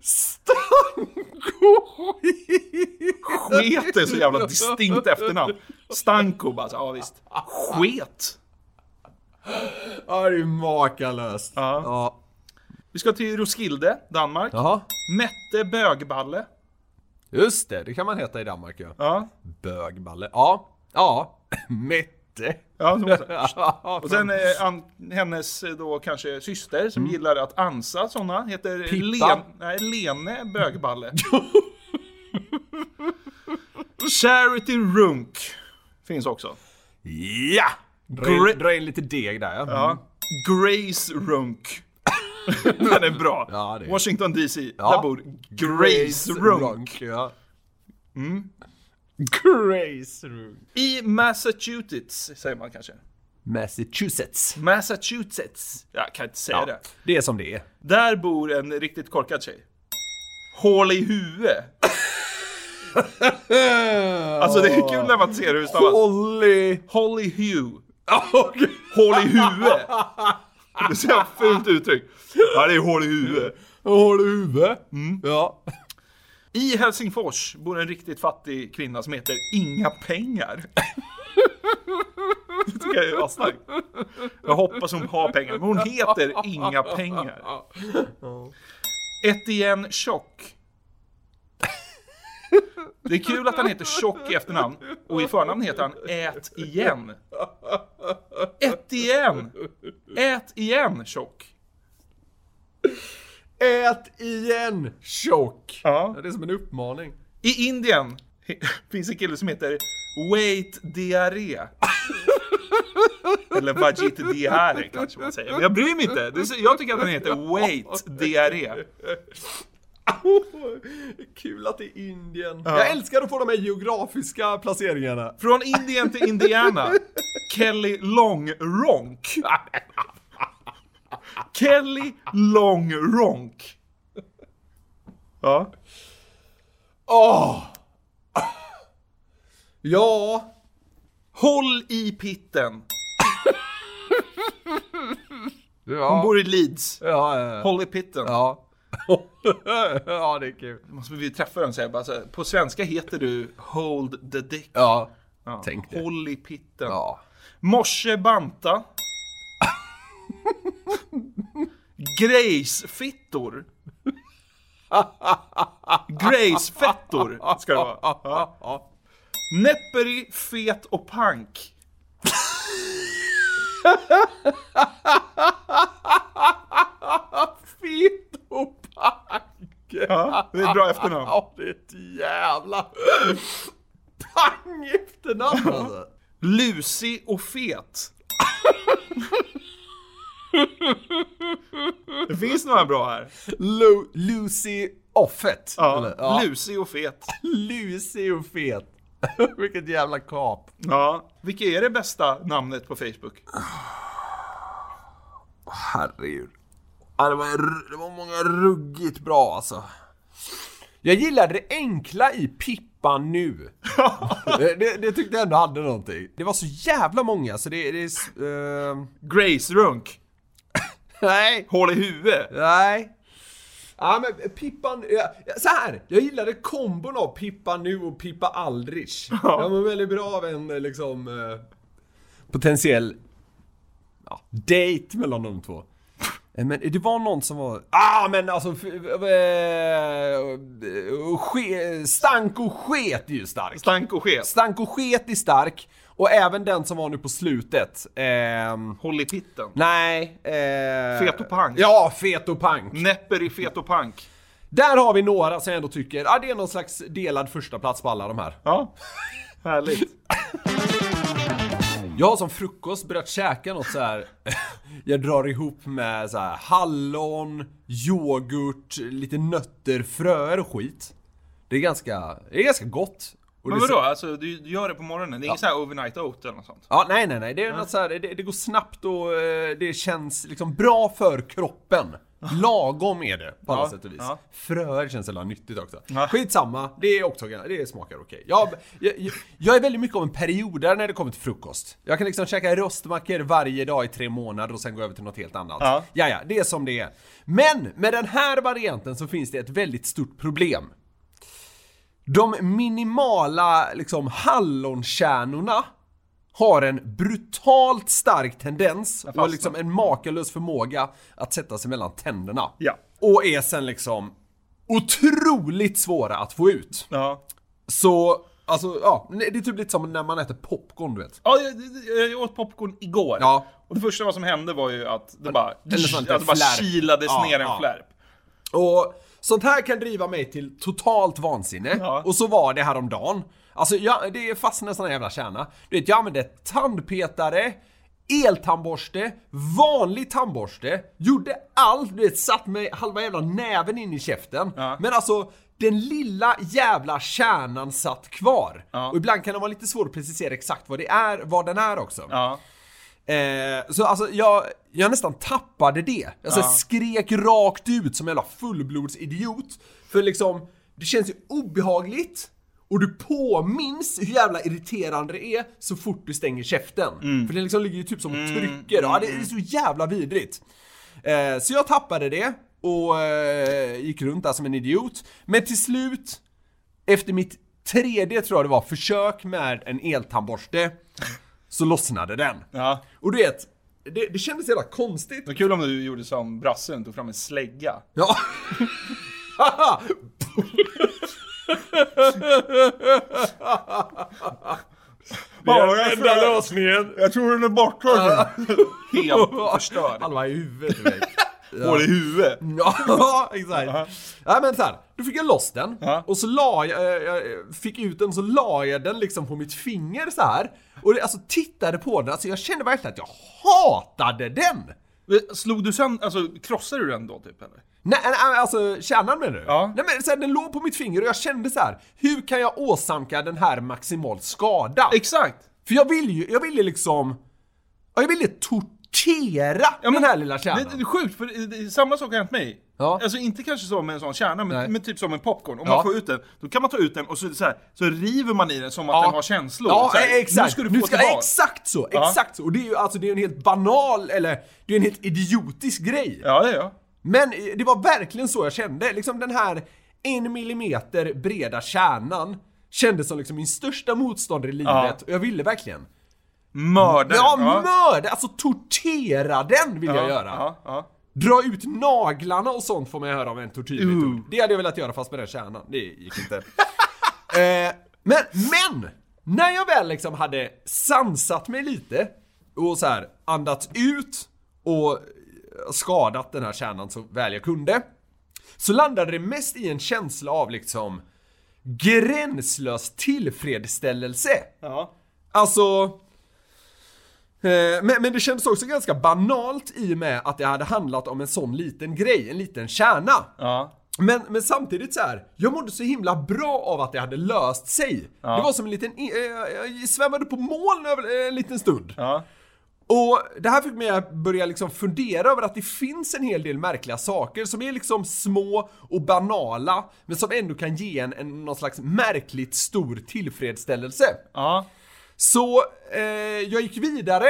Speaker 5: Stanko
Speaker 6: Sket är så jävla distinkt efternamn. Stanko bara, ja visst. Sket.
Speaker 5: Ja, det är makalöst.
Speaker 6: Ja. Vi ska till Roskilde, Danmark.
Speaker 5: Jaha.
Speaker 6: Mätte Bögballe.
Speaker 5: Just det, det kan man heta i Danmark, ja.
Speaker 6: Ja.
Speaker 5: Bögballe. Ja. Mätte.
Speaker 6: Ja, och sen hennes då kanske syster som gillar att ansa såna heter Lene Bögballe. Charity Runk finns också.
Speaker 5: Ja! Dra in lite deg där, ja.
Speaker 6: Ja. Grace Runk. Den är bra.
Speaker 5: Ja, det är.
Speaker 6: Washington DC. Där bor Grace Runk.
Speaker 5: Ja. Grace Runk.
Speaker 6: I Massachusetts säger man kanske.
Speaker 5: Massachusetts.
Speaker 6: Jag kan inte säga det.
Speaker 5: Det är som det är.
Speaker 6: Där bor en riktigt korkad tjej. Hål i huvudet. Alltså det är kul när man ser hur det stavas. Hål i huvudet. Hål i huvudet. Det ser jag fult uttryck. Ja, det är hål i huvudet.
Speaker 5: Hål i huvudet? Ja.
Speaker 6: I Helsingfors bor en riktigt fattig kvinna som heter Inga pengar. Det tycker jag är starkt. Jag hoppas hon har pengar, men hon heter Inga pengar. Etienne Tjock. Det är kul att han heter Tjock i efternamn. Och i förnamn heter han Ät igen. Ät igen Tjock.
Speaker 5: Ät igen Tjock.
Speaker 6: Ja.
Speaker 5: Det är som en uppmaning.
Speaker 6: I Indien finns en kille som heter Wait Diarré. Eller Vajit Diarré kanske man säger. Men jag bryr mig inte. Jag tycker att han heter Wait Diarré.
Speaker 5: Kul att det är Indien.
Speaker 6: Ja.
Speaker 5: Jag älskar att få de här geografiska placeringarna.
Speaker 6: Från Indien till Indiana. Kelly Långronk. Kelly Långronk. Ja.
Speaker 5: Ja.
Speaker 6: Håll i pitten.
Speaker 5: Ja.
Speaker 6: Hon bor i Leeds.
Speaker 5: Ja.
Speaker 6: Håll i pitten.
Speaker 5: Ja. Ja, det är kul.
Speaker 6: Måste vi träffa den och säga bara så här, på svenska heter du Hold the Dick.
Speaker 5: Ja. Tänk det.
Speaker 6: Håll i pitten.
Speaker 5: Ja.
Speaker 6: Morse banta. Grace-fittor. Grace-fettor ska det vara. Ja. Näpperi, fet och pank.
Speaker 5: Fet och pank.
Speaker 6: Ja, det är ett bra efternamn.
Speaker 5: Ja, det är ett jävla pang efternamn alltså.
Speaker 6: Lucy och fet. Det finns några bra här.
Speaker 5: Lucy Offet.
Speaker 6: Ja, ja. Lucy och fet.
Speaker 5: Lucy och fet. Vilket jävla kap.
Speaker 6: Ja, vilket är det bästa namnet på Facebook?
Speaker 5: Herregud. Ja, det var många ruggigt bra alltså. Jag gillade det enkla i Pippa nu. det tyckte jag ändå hade någonting. Det var så jävla många så det
Speaker 6: Grace Runk.
Speaker 5: Nej.
Speaker 6: Hål i huvudet.
Speaker 5: Nej. Ja men Pippa, så här. Jag gillade kombon av Pippa nu och Pippa aldrig. Jag var väldigt bra av en liksom potentiell date mellan de två. Men det var någon som var men alltså stank och sket är ju stark. Stank och sket är stark. Och även den som var nu på slutet
Speaker 6: Håll i pitten.
Speaker 5: Nej
Speaker 6: Fetopank.
Speaker 5: Ja, Fetopank.
Speaker 6: Näpper i Fetopank.
Speaker 5: Där har vi några som jag ändå tycker det är någon slags delad första plats på alla de här.
Speaker 6: Ja, härligt.
Speaker 5: Jag har som frukost börjat käka något så här. Jag drar ihop med så här hallon, yoghurt, lite nötter, fröer och skit. Det är ganska gott. Och
Speaker 6: men vadå? Alltså, du gör det på morgonen? Det är inget så här overnight oat eller något sånt?
Speaker 5: Ja, nej. Det är något så här, det går snabbt och det känns liksom bra för kroppen. Lagom är det på alla sätt och vis. Fröer känns eller nyttigt också. Skitsamma, det smakar okej. Jag är väldigt mycket av en period där när det kommer till frukost. Jag kan liksom käka rostmackor varje dag i 3 månader och sen gå över till något helt annat. Ja, det är som det är. Men med den här varianten så finns det ett väldigt stort problem. De minimala liksom hallonkärnorna har en brutalt stark tendens och liksom en makalös förmåga att sätta sig mellan tänderna.
Speaker 6: Ja.
Speaker 5: Och är sen liksom otroligt svåra att få ut.
Speaker 6: Ja.
Speaker 5: Så, alltså, det är typ lite som när man äter popcorn, du vet.
Speaker 6: Ja, jag åt popcorn igår.
Speaker 5: Ja.
Speaker 6: Och det första vad som hände var ju att det bara
Speaker 5: flärp.
Speaker 6: kilades ner en flärp.
Speaker 5: Och sånt här kan driva mig till totalt vansinne. Ja. Och så var det häromdagen. Alltså, det fastnade en sån här jävla kärna. Du vet, jag använde tandpetare, eltandborste, vanlig tandborste. Gjorde allt, du vet, satt med halva jävla näven in i käften. Ja. Men alltså, den lilla jävla kärnan satt kvar. Ja. Och ibland kan det vara lite svårt att precisera exakt vad den är också. Ja. Så alltså, jag nästan tappade det. Alltså, skrek rakt ut som en jävla fullblodsidiot. För liksom, det känns ju obehagligt. Och du påminns hur jävla irriterande det är så fort du stänger käften. För det liksom ligger ju typ som trycker. Ja, det är så jävla vidrigt. Så jag tappade det och gick runt där som en idiot. Men till slut, efter mitt 3:e tror jag det var, försök med en eltandborste, så lossnade den. Ja. Och du vet, det kändes jävla konstigt.
Speaker 6: Det var kul om du gjorde som brassen, tog fram en slägga.
Speaker 5: Ja. Det är den enda lösningen.
Speaker 6: Jag tror den är borta. Helt förstörd.
Speaker 5: Halva i huvudet.
Speaker 6: Hål i huvudet.
Speaker 5: Ja, exakt. Ja, men så här, då fick jag loss den. Och så jag fick ut den, så la jag den liksom på mitt finger så här. Och alltså tittade på den. Alltså jag kände verkligen att jag hatade den.
Speaker 6: Slog du sen, alltså krossade du den då typ eller?
Speaker 5: Nej, alltså kärnan med nu.
Speaker 6: Ja.
Speaker 5: Nej, men så här, den låg på mitt finger och jag kände så här: hur kan jag åsamka den här maximal skada?
Speaker 6: Exakt.
Speaker 5: För jag ville tortera den här lilla kärnan.
Speaker 6: Det är sjukt, för samma sak har hänt mig. Ja. Alltså inte kanske så med en sån kärna, men typ som en popcorn. Om man får ut den, då kan man ta ut den och så river man i den som att den har känslor.
Speaker 5: Ja,
Speaker 6: så här,
Speaker 5: exakt. Exakt så. Och det är ju alltså, det är en helt banal, eller det är en helt idiotisk grej.
Speaker 6: Ja.
Speaker 5: Men det var verkligen så jag kände. Liksom den här 1 millimeter breda kärnan kändes som liksom min största motståndare i livet. Och jag ville verkligen
Speaker 6: mörda.
Speaker 5: Mörda. Alltså tortera den vill jag göra. Dra ut naglarna och sånt får man höra av en tortyrmetod. Det hade jag velat göra fast med den kärnan. Det gick inte. Men när jag väl liksom hade sansat mig lite och så här andats ut och skadat den här kärnan så väl jag kunde, så landade det mest i en känsla av liksom gränslös tillfredsställelse. Alltså men det kändes också ganska banalt i och med att det hade handlat om en sån liten grej, en liten kärna. Men samtidigt så här, jag mådde så himla bra av att det hade löst sig. Det var som en liten jag svämmade på moln över en liten stund. Och det här fick mig att börja liksom fundera över att det finns en hel del märkliga saker som är liksom små och banala, men som ändå kan ge en någon slags märkligt stor tillfredsställelse.
Speaker 6: Ja.
Speaker 5: Så jag gick vidare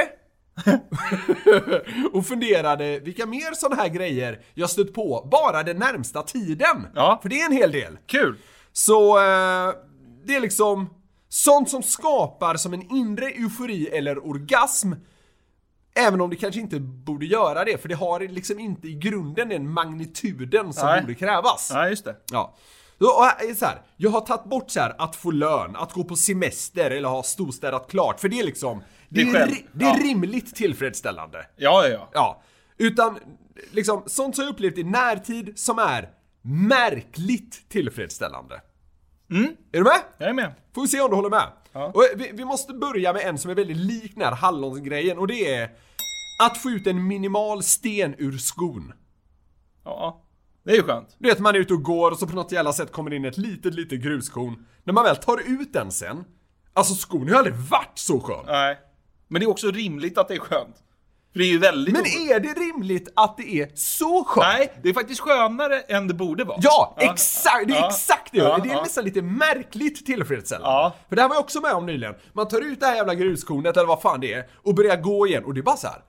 Speaker 5: och funderade vilka mer sådana här grejer jag stött på bara den närmsta tiden.
Speaker 6: Ja.
Speaker 5: För det är en hel del.
Speaker 6: Kul.
Speaker 5: Så det är liksom sånt som skapar som en inre eufori eller orgasm, även om det kanske inte borde göra det, för det har liksom inte i grunden den magnituden som borde krävas.
Speaker 6: Ja, just det.
Speaker 5: Ja. Så här, jag har tagit bort så här, att få lön, att gå på semester eller ha storstädat klart, för det är liksom det är rimligt tillfredsställande.
Speaker 6: Ja.
Speaker 5: Utan liksom sånt som jag upplevt i närtid som är märkligt tillfredsställande. Är du med?
Speaker 6: Jag är med.
Speaker 5: Får vi se om du håller med.
Speaker 6: Ja.
Speaker 5: Och vi måste börja med en som är väldigt lik den här hallonsgrejen, och det är att få ut en minimal sten ur skon.
Speaker 6: Ja. Det är ju skönt.
Speaker 5: Du vet, man är ute och går och så på något jävla sätt kommer in ett litet gruskorn. När man väl tar ut den sen, alltså skon har aldrig varit så skön.
Speaker 6: Nej. Men det är också rimligt att det är skönt. För det är ju väldigt...
Speaker 5: Men är det rimligt att det är så skönt?
Speaker 6: Nej, det är faktiskt skönare än det borde vara.
Speaker 5: Ja, exakt, det är exakt det.
Speaker 6: Ja,
Speaker 5: Det är nästan lite märkligt tillfredsställande.
Speaker 6: Ja.
Speaker 5: För det här var jag också med om nyligen. Man tar ut det här jävla gruskornet eller vad fan det är och börjar gå igen, och det är bara så här.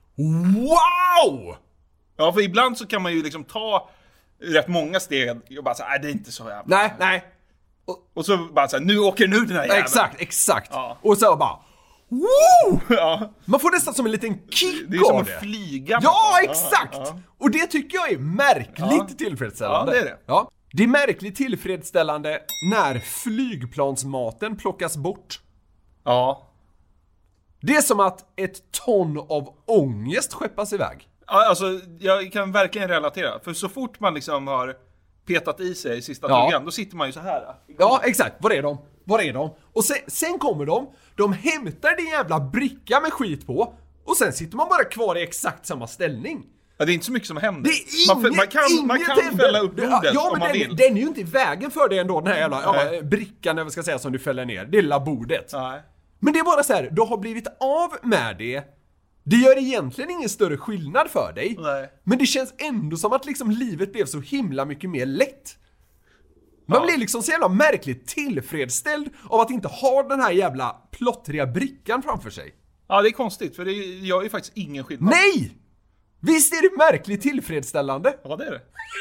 Speaker 5: Wow!
Speaker 6: Ja, för ibland så kan man ju liksom ta rätt många steg och bara så här, det är inte så jävla...
Speaker 5: Nej.
Speaker 6: Och så bara så här, nu åker nu den här jäveln.
Speaker 5: Exakt.
Speaker 6: Ja.
Speaker 5: Och så bara woo!
Speaker 6: Ja.
Speaker 5: Man får nästan som en liten kick.
Speaker 6: Det är som
Speaker 5: av
Speaker 6: att flyga.
Speaker 5: Ja, exakt!
Speaker 6: Ja.
Speaker 5: Och det tycker jag är märkligt tillfredsställande.
Speaker 6: Ja, det är det.
Speaker 5: Ja. Det är märkligt tillfredsställande när flygplansmaten plockas bort.
Speaker 6: Ja.
Speaker 5: Det är som att ett ton av ångest skeppas iväg.
Speaker 6: Ja, alltså jag kan verkligen relatera. För så fort man liksom har petat i sig i sista tuggan, då sitter man ju så här.
Speaker 5: Ja, exakt. Var är de? Och sen kommer de hämtar din jävla bricka med skit på, och sen sitter man bara kvar i exakt samma ställning.
Speaker 6: Ja, det är inte så mycket som händer.
Speaker 5: Det är
Speaker 6: man kan fälla upp bordet om man vill.
Speaker 5: Den är ju inte i vägen för det ändå, den här jävla brickan, jag ska säga, som du fäller ner. Det lilla bordet.
Speaker 6: Nej.
Speaker 5: Men det är bara så här, du har blivit av med det. Det gör egentligen ingen större skillnad för dig.
Speaker 6: Nej.
Speaker 5: Men det känns ändå som att liksom livet blev så himla mycket mer lätt. Man blir liksom så jävla märkligt tillfredsställd av att inte ha den här jävla plottriga brickan framför sig. Ja,
Speaker 6: det är konstigt, för det gör ju faktiskt ingen skillnad.
Speaker 5: Nej! Visst är det märkligt tillfredsställande?
Speaker 6: Ja, det är det.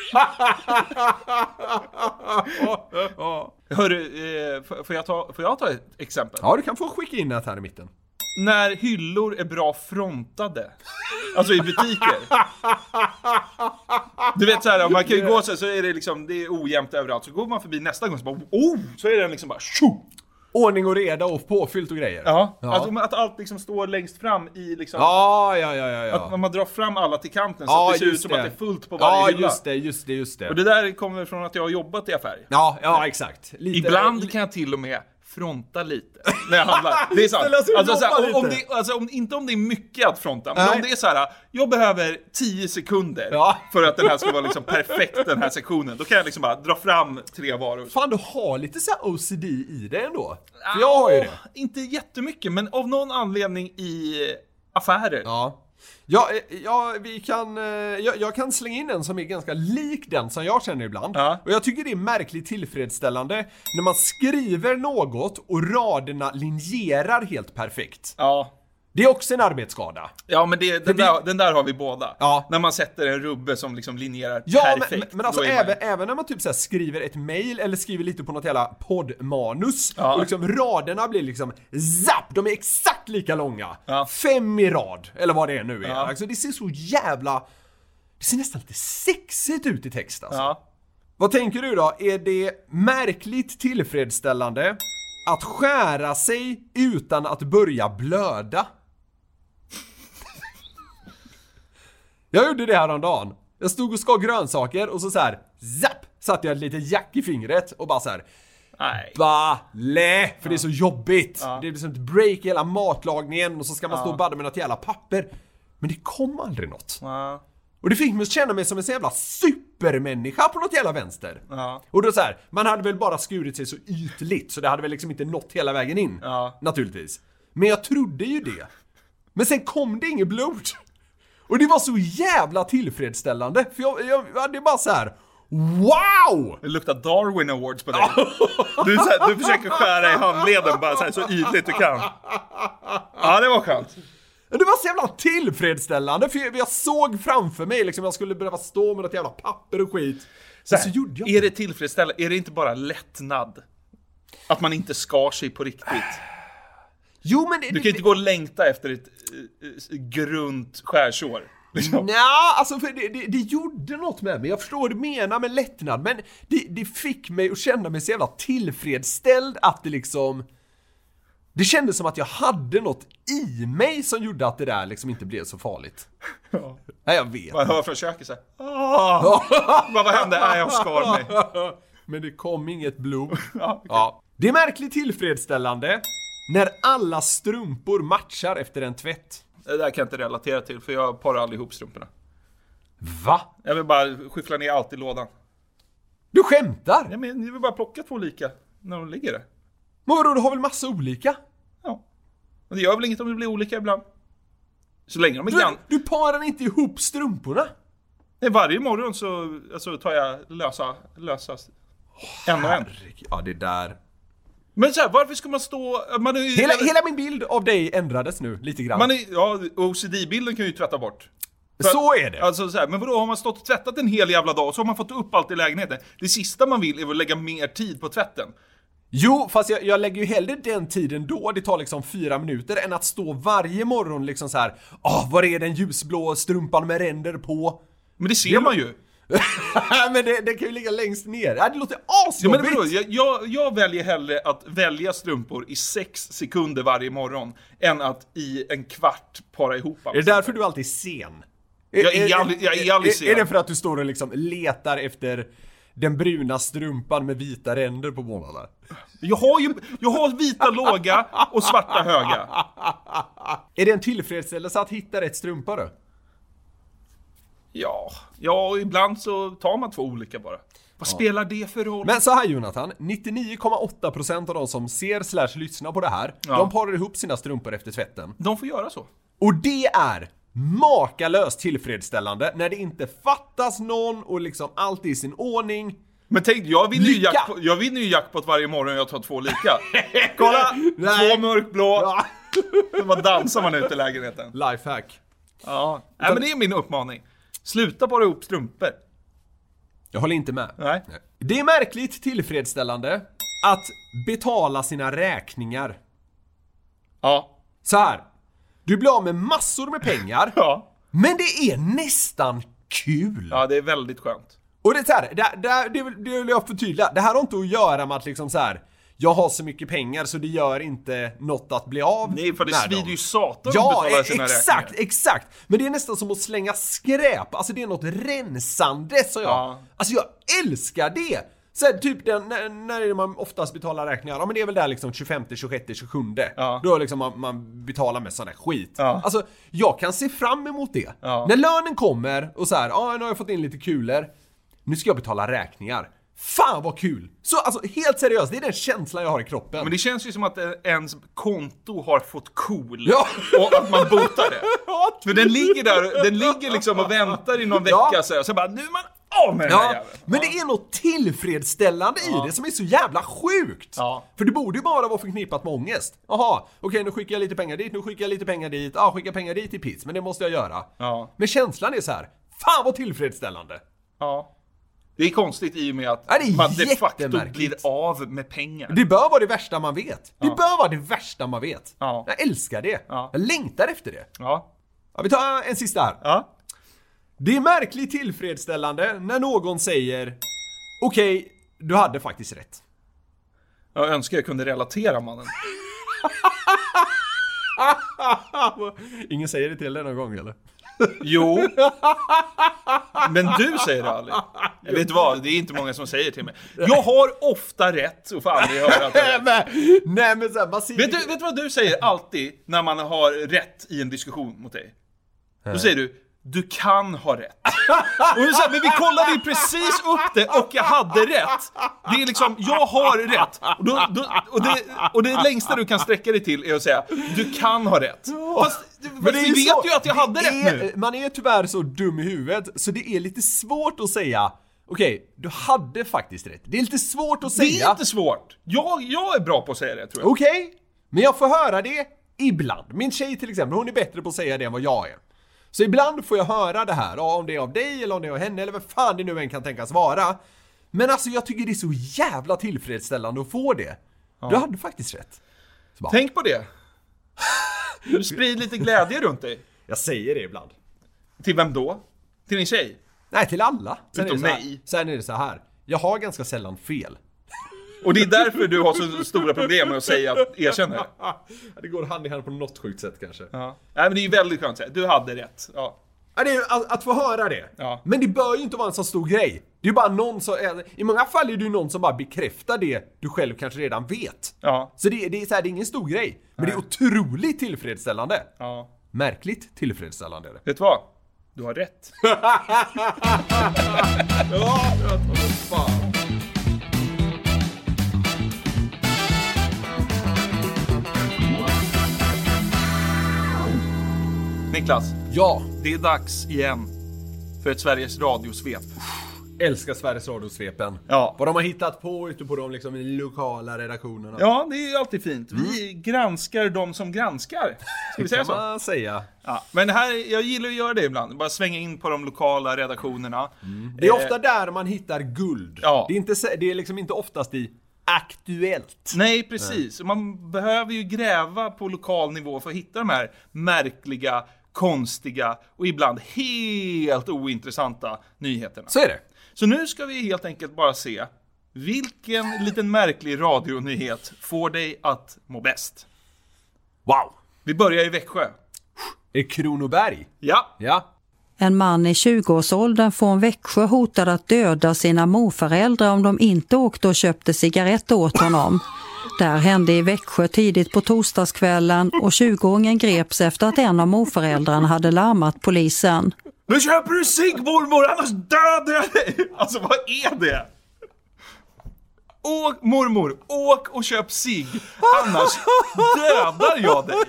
Speaker 6: Hörru, får jag ta ett exempel?
Speaker 5: Ja, du kan få skicka in det här i mitten.
Speaker 6: När hyllor är bra frontade. Alltså i butiker. Du vet så här, man kan ju gå så är det liksom, det är ojämnt överallt. Så går man förbi nästa gång så bara, så är den liksom bara tjo!
Speaker 5: Ordning och reda och påfyllt och grejer.
Speaker 6: Ja. Alltså, att allt liksom står längst fram i liksom...
Speaker 5: Ja.
Speaker 6: Att man drar fram alla till kanten så att det ser ut som att det är fullt på varje hylla.
Speaker 5: Just det.
Speaker 6: Och det där kommer från att jag har jobbat i affär.
Speaker 5: Ja, exakt.
Speaker 6: Ibland kan jag till och med fronta lite när jag handlar. Det är sant. Inte om det är mycket att fronta, men om det är så här, jag behöver 10 sekunder för att den här ska vara liksom perfekt, den här sektionen. Då kan jag liksom bara dra fram 3 varor.
Speaker 5: Fan, du har lite så här OCD i det ändå. För jag har ju det.
Speaker 6: Inte jättemycket, men av någon anledning i affärer.
Speaker 5: Jag kan slänga in en som är ganska lik den som jag känner ibland. Och jag tycker det är märkligt tillfredsställande när man skriver något och raderna linjerar helt perfekt.
Speaker 6: Ja.
Speaker 5: Det är också en arbetsskada.
Speaker 6: Ja, men den där har vi båda. När man sätter en rubbe som liksom linjerar perfekt.
Speaker 5: Men alltså även när man typ så här skriver ett mail eller skriver lite på något jävla poddmanus och liksom raderna blir liksom zapp, de är exakt lika långa. 5 i rad, eller vad det är nu är. Alltså det ser så jävla... Det ser nästan lite sexigt ut i text alltså. Vad tänker du då? Är det märkligt tillfredsställande att skära sig utan att börja blöda? Jag gjorde det här om dagen. Jag stod och skar grönsaker och så här, zapp, satte jag ett litet jack i fingret och bara så här.
Speaker 6: Nej.
Speaker 5: För det är så jobbigt. Det är liksom ett break i hela matlagningen och så ska man stå och badda med något jävla papper. Men det kom aldrig något. Och det fick mig att känna mig som en så jävla supermänniska på något jävla vänster. Och då så här, man hade väl bara skurit sig så ytligt så det hade väl liksom inte nått hela vägen in. Naturligtvis. Men jag trodde ju det. Men sen kom det inget blod. Och det var så jävla tillfredsställande. För jag det är bara så här. Wow!
Speaker 6: Det luktar Darwin Awards på dig. Du försöker skära i handleden bara så ytligt du kan. Ja, det var skönt.
Speaker 5: Det var så jävla tillfredsställande. För jag såg framför mig liksom, jag skulle behöva stå med något jävla papper och skit. Så gjorde jag.
Speaker 6: Är det tillfredsställande? Är det inte bara lättnad? Att man inte skar sig på riktigt?
Speaker 5: Jo, men
Speaker 6: du kan inte gå och längta efter ett grunt skärsår. Liksom.
Speaker 5: Ja, alltså för det gjorde något med mig. Jag förstår vad du menar med lättnad. Men det fick mig att känna mig så jävla tillfredsställd att det liksom... Det kändes som att jag hade något i mig som gjorde att det där liksom inte blev så farligt.
Speaker 6: Ja.
Speaker 5: Nej, jag vet.
Speaker 6: Man hör från köket så här. Vad hände? Nej, jag skar mig.
Speaker 5: Men det kom inget blod.
Speaker 6: Ja, okay.
Speaker 5: Ja. Det är märkligt tillfredsställande när alla strumpor matchar efter en tvätt.
Speaker 6: Det där kan jag inte relatera till, för jag parar aldrig ihop strumporna.
Speaker 5: Va?
Speaker 6: Jag vill bara skyffla ner allt i lådan.
Speaker 5: Du skämtar?
Speaker 6: Ja, men jag vill bara plocka 2 lika när de ligger där.
Speaker 5: Men vadå, du har väl massa olika?
Speaker 6: Ja. Men det gör väl inget om det blir olika ibland. Så länge de är
Speaker 5: Du parar inte ihop strumporna?
Speaker 6: Nej, varje morgon så tar jag lösa en och en.
Speaker 5: Ja, det där.
Speaker 6: Men så här, varför ska man stå...
Speaker 5: Hela min bild av dig ändrades nu, lite grann.
Speaker 6: OCD-bilden kan ju tvätta bort.
Speaker 5: Så är det.
Speaker 6: Alltså så här, men vadå, har man stått och tvättat en hel jävla dag och så har man fått upp allt i lägenheten. Det sista man vill är att lägga mer tid på tvätten.
Speaker 5: Jo, fast jag lägger ju hellre den tiden då, det tar liksom 4 minuter, än att stå varje morgon liksom så här. Var är den ljusblå strumpan med ränder på?
Speaker 6: Men det ser man ju.
Speaker 5: Men det kan ju ligga längst ner. Det låter asjobbigt.
Speaker 6: Ja, men jag väljer hellre att välja strumpor i 6 sekunder varje morgon än att i en kvart para ihop allt.
Speaker 5: Är det därför du alltid är sen?
Speaker 6: Jag är aldrig sen.
Speaker 5: Är det för att du står och liksom letar efter den bruna strumpan med vita ränder på månaderna?
Speaker 6: Jag har vita låga och svarta höga.
Speaker 5: Är det en tillfredsställelse att hitta rätt strumpa då?
Speaker 6: Ja, ibland så tar man 2 olika bara. Vad spelar det för roll?
Speaker 5: Men så här, Jonathan, 99,8% av de som ser / lyssnar på det här, de parar ihop sina strumpor efter tvätten.
Speaker 6: De får göra så.
Speaker 5: Och det är makalöst tillfredsställande när det inte fattas någon och liksom allt är i sin ordning.
Speaker 6: Men tänk, jag vinner ju jackpot varje morgon och jag tar 2 lika. Kolla, 2 mörkblå. Så bara dansar man ut i lägenheten.
Speaker 5: Lifehack.
Speaker 6: Ja, men det är min uppmaning. Sluta bara ihop strumpor.
Speaker 5: Jag håller inte med.
Speaker 6: Nej.
Speaker 5: Det är märkligt tillfredsställande att betala sina räkningar.
Speaker 6: Ja.
Speaker 5: Så här. Du blir av med massor med pengar.
Speaker 6: Ja.
Speaker 5: Men det är nästan kul.
Speaker 6: Ja, det är väldigt skönt.
Speaker 5: Och det är så här, det vill jag förtydliga. Det här har inte att göra med att liksom så här, jag har så mycket pengar så det gör inte något att bli av.
Speaker 6: Nej, för det svider ju satan att betala sina räkningar.
Speaker 5: Exakt. Men det är nästan som att slänga skräp. Alltså det är något rensande, så Alltså jag älskar det. Så här, typ när är det man oftast betalar räkningar? Ja, men det är väl där liksom 25, 26, 27. Då liksom man betalar med sån där skit. Alltså jag kan se fram emot det. När lönen kommer och så här, nu har jag fått in lite kulor. Nu ska jag betala räkningar. Fan vad kul! Så alltså helt seriöst, det är den känslan jag har i kroppen.
Speaker 6: Men det känns ju som att ens konto har fått cool och att man botar det. För den ligger där, den ligger liksom och väntar i någon vecka så bara, nu är man av med den här jäveln.
Speaker 5: Men det är något tillfredsställande i det som är så jävla sjukt. För det borde ju bara vara förknippat med ångest. Jaha, okej, nu skickar jag lite pengar dit, nu skickar jag lite pengar dit. Skicka pengar dit i piss, men det måste jag göra. Men känslan är så här, fan vad tillfredsställande.
Speaker 6: Ja. Det är konstigt i och med att man de facto blir av med pengar.
Speaker 5: Det bör vara det värsta man vet. Det bör vara det värsta man vet. Jag älskar det. Jag längtar efter det. Vi tar en sista här. Det är märkligt tillfredsställande när någon säger okej, du hade faktiskt rätt.
Speaker 6: Jag önskar jag kunde relatera, mannen.
Speaker 5: Ingen säger det till dig någon gång, eller?
Speaker 6: Jo. Men du säger det aldrig. Jag vet vad, det är inte många som säger till mig. Jag har ofta rätt och får aldrig höra att
Speaker 5: Nej, men så här, man ser...
Speaker 6: vet du vad du säger alltid när man har rätt i en diskussion mot dig? Då säger du, du kan ha rätt. Och så här, men vi kollade ju precis upp det och jag hade rätt. Det är liksom, jag har rätt. Och det längsta du kan sträcka dig till är att säga, du kan ha rätt. Fast vi vet ju att jag hade rätt nu.
Speaker 5: Man är tyvärr så dum i huvudet så det är lite svårt att säga okej, du hade faktiskt rätt. Det är lite svårt att säga.
Speaker 6: Det är inte svårt. Jag är bra på att säga det, tror jag.
Speaker 5: Okej, men jag får höra det ibland. Min tjej till exempel, hon är bättre på att säga det än vad jag är. Så ibland får jag höra det här, om det är av dig eller om det är av henne eller vad fan det nu än kan tänkas vara. Men alltså jag tycker det är så jävla tillfredsställande att få det. Ja. Du hade faktiskt rätt.
Speaker 6: Tänk på det. Du sprider lite glädje runt dig.
Speaker 5: Jag säger det ibland.
Speaker 6: Till vem då? Till din tjej?
Speaker 5: Nej, till alla. Sen är det så här. Jag har ganska sällan fel.
Speaker 6: Och det är därför du har så stora problem med att säga att erkänna det.
Speaker 5: Det går hand i hand på något sjukt sätt kanske.
Speaker 6: Ja. Nej, men det är ju väldigt skönt att säga. Du hade rätt. Ja.
Speaker 5: Ja, det är att få höra det.
Speaker 6: Ja.
Speaker 5: Men det bör ju inte vara en så stor grej. Det är ju bara någon som... I många fall är det ju någon som bara bekräftar det du själv kanske redan vet.
Speaker 6: Ja.
Speaker 5: Så det är så här, det är ingen stor grej. Men det är otroligt tillfredsställande.
Speaker 6: Ja.
Speaker 5: Märkligt tillfredsställande är det.
Speaker 6: Vet du vad? Du har rätt.
Speaker 5: Ja, jag tar fan.
Speaker 6: Niklas.
Speaker 5: Ja.
Speaker 6: Det är dags igen för ett Sveriges radiosvep.
Speaker 5: Älskar Sveriges radiosvepen.
Speaker 6: Ja.
Speaker 5: Vad de har hittat på ute på de liksom lokala redaktionerna.
Speaker 6: Ja, det är ju alltid fint. Vi granskar de som granskar. Ska vi säga så?
Speaker 5: Kan man säga.
Speaker 6: Ja. Men här, jag gillar att göra det ibland. Bara svänga in på de lokala redaktionerna.
Speaker 5: Det är ofta där man hittar guld.
Speaker 6: Ja.
Speaker 5: Det är liksom inte oftast i Aktuellt.
Speaker 6: Nej, precis. Man behöver ju gräva på lokal nivå för att hitta de här märkliga, konstiga och ibland helt ointressanta nyheterna.
Speaker 5: Så är det.
Speaker 6: Så nu ska vi helt enkelt bara se vilken liten märklig radionyhet får dig att må bäst.
Speaker 5: Wow.
Speaker 6: Vi börjar i Växjö.
Speaker 5: I Kronoberg.
Speaker 6: Ja.
Speaker 7: En man i 20-årsåldern från Växjö hotade att döda sina morföräldrar om de inte åkte och köpte cigaretter åt honom. Det här hände i Växjö tidigt på torsdagskvällen och 20-åringen greps efter att en av morföräldrarna hade larmat polisen.
Speaker 6: Nu köper du cigg, mormor, annars dödar jag dig! Alltså, vad är det? Mormor, åk och köp cigg, annars dödar jag dig.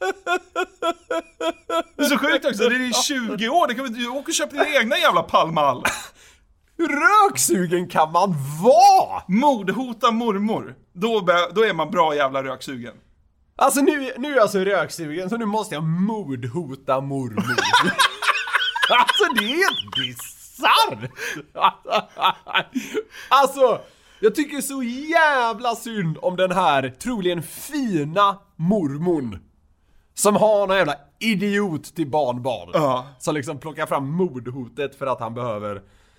Speaker 6: Det är så sjukt också, det är 20 år, du åker och köper dina egna jävla palmall.
Speaker 5: Hur röksugen kan man vara?
Speaker 6: Mordhota mormor, då är man bra jävla röksugen.
Speaker 5: Alltså nu är jag så röksugen så nu måste jag mordhota mormor. Alltså det är helt bizarrt. Alltså jag tycker så jävla synd om den här troligen fina mormon som har någon jävla idiot till barnbarn. Som liksom plockar fram mordhotet för att han behöver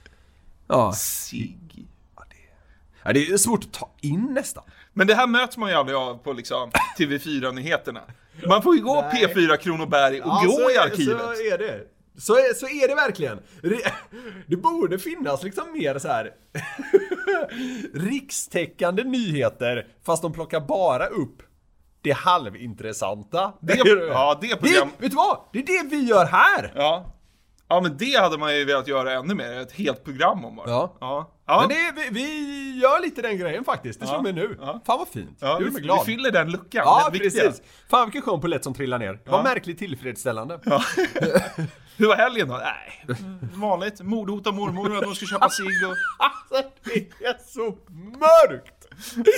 Speaker 6: cigg.
Speaker 5: Ja, det är svårt att ta in nästan.
Speaker 6: Men det här möts man ju aldrig av på liksom TV4-nyheterna. Man får ju gå P4 Kronoberg och gå i arkivet.
Speaker 5: Så är det. Så är det verkligen. Det borde finnas liksom mer så här rikstäckande nyheter fast de plockar bara upp det halvintressanta.
Speaker 6: Det program.
Speaker 5: Vet du vad? Det är det vi gör här.
Speaker 6: Ja, men det hade man ju velat göra ännu mer. Ett helt program om bara.
Speaker 5: Ja. Men vi gör lite den grejen faktiskt. Det slår mig nu. Fan vad fint.
Speaker 6: Ja, vi fyller den luckan.
Speaker 5: Ja, precis. Fan vilken skön polett som trillar ner. Det var märkligt tillfredsställande.
Speaker 6: Ja. Hur var helgen då? Nej, vanligt. Mordhota mormor och de ska köpa cigg och...
Speaker 5: Alltså, det är så mörkt.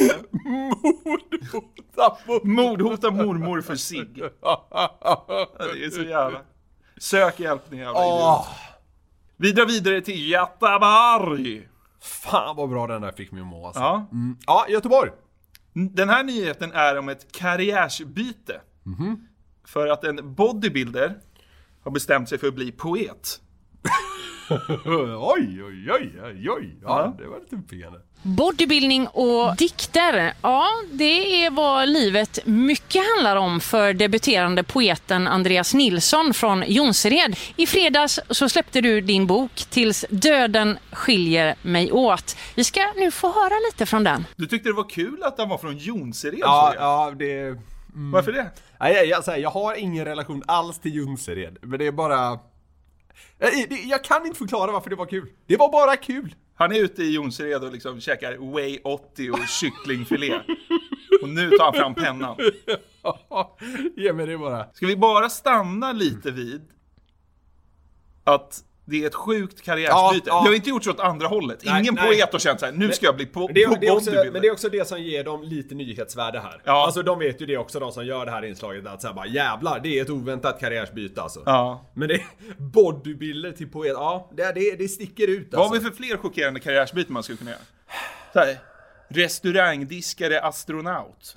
Speaker 6: Mordhota mormor för cigg. Det är så jävla... Sök hjälp, ni jävla idiot. Vi drar vidare till Göteborg.
Speaker 5: Fan vad bra den där fick mig att må alltså. Ja, Göteborg.
Speaker 6: Den här nyheten är om ett karriärsbyte. För att en bodybuilder har bestämt sig för att bli poet.
Speaker 5: Oj. Ja, det var lite uppiggande.
Speaker 8: Bodybuilding och dikter, det är vad livet mycket handlar om för debuterande poeten Andreas Nilsson från Jonsered. I fredags så släppte du din bok Tills döden skiljer mig åt. Vi ska nu få höra lite från den.
Speaker 6: Du tyckte det var kul att han var från Jonsered?
Speaker 5: Ja, det...
Speaker 6: Varför det?
Speaker 5: Jag har ingen relation alls till Jonsered, men det är bara... Jag kan inte förklara varför det var kul. Det var bara kul.
Speaker 6: Han är ute i Jonsered och liksom käkar Way 80 och kycklingfilé. Och nu tar han fram pennan.
Speaker 5: Ge mig det bara.
Speaker 6: Ska vi bara stanna lite vid att det är ett sjukt karriärsbyte. Jag har inte gjort så åt andra hållet. Ingen poet har känt så här, nu ska jag bli på bodybuilder.
Speaker 5: Men det är också det som ger dem lite nyhetsvärde här. Ja. Alltså de vet ju det också, de som gör det här inslaget, att säga bara jävlar, det är ett oväntat karriärsbyte alltså. Ja. Men det är bodybuilder till poet. Ja, det sticker ut alltså.
Speaker 6: Vad har vi för fler chockerande karriärsbyten man skulle kunna göra? Så här, restaurangdiskare astronaut.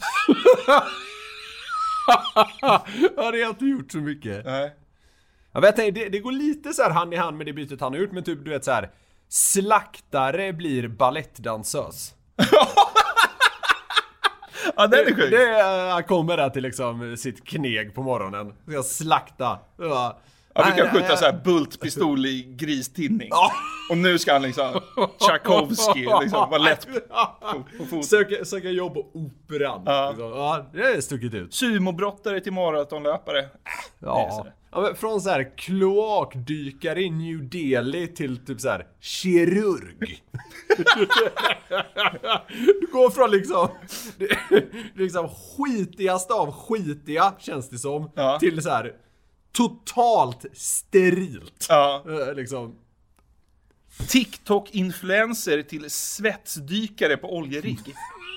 Speaker 5: Ja, det har inte gjort så mycket. Nej. Jag vet inte, det går lite så här hand i hand med det bytet han har gjort, men typ du vet så här, slaktare blir ballettdansös.
Speaker 6: Ja, det är sjukt.
Speaker 5: Han kommer där till liksom sitt kneg på morgonen. Ska slakta.
Speaker 6: Han brukar skjuta så här bultpistol i gristinning. Och nu ska han liksom Tchaikovsky liksom vara lätt på fot.
Speaker 5: Söka jobb på operan. Ja, det är stuckit ut.
Speaker 6: Sumobrottare till maratonlöpare.
Speaker 5: Ja, men från så här kloakdykare i New Delhi till typ så här kirurg. Du går från liksom det liksom skitigaste av skitiga, känns det som, till så här totalt sterilt. Ja. Liksom.
Speaker 6: TikTok-influencer till svetsdykare på oljerigg.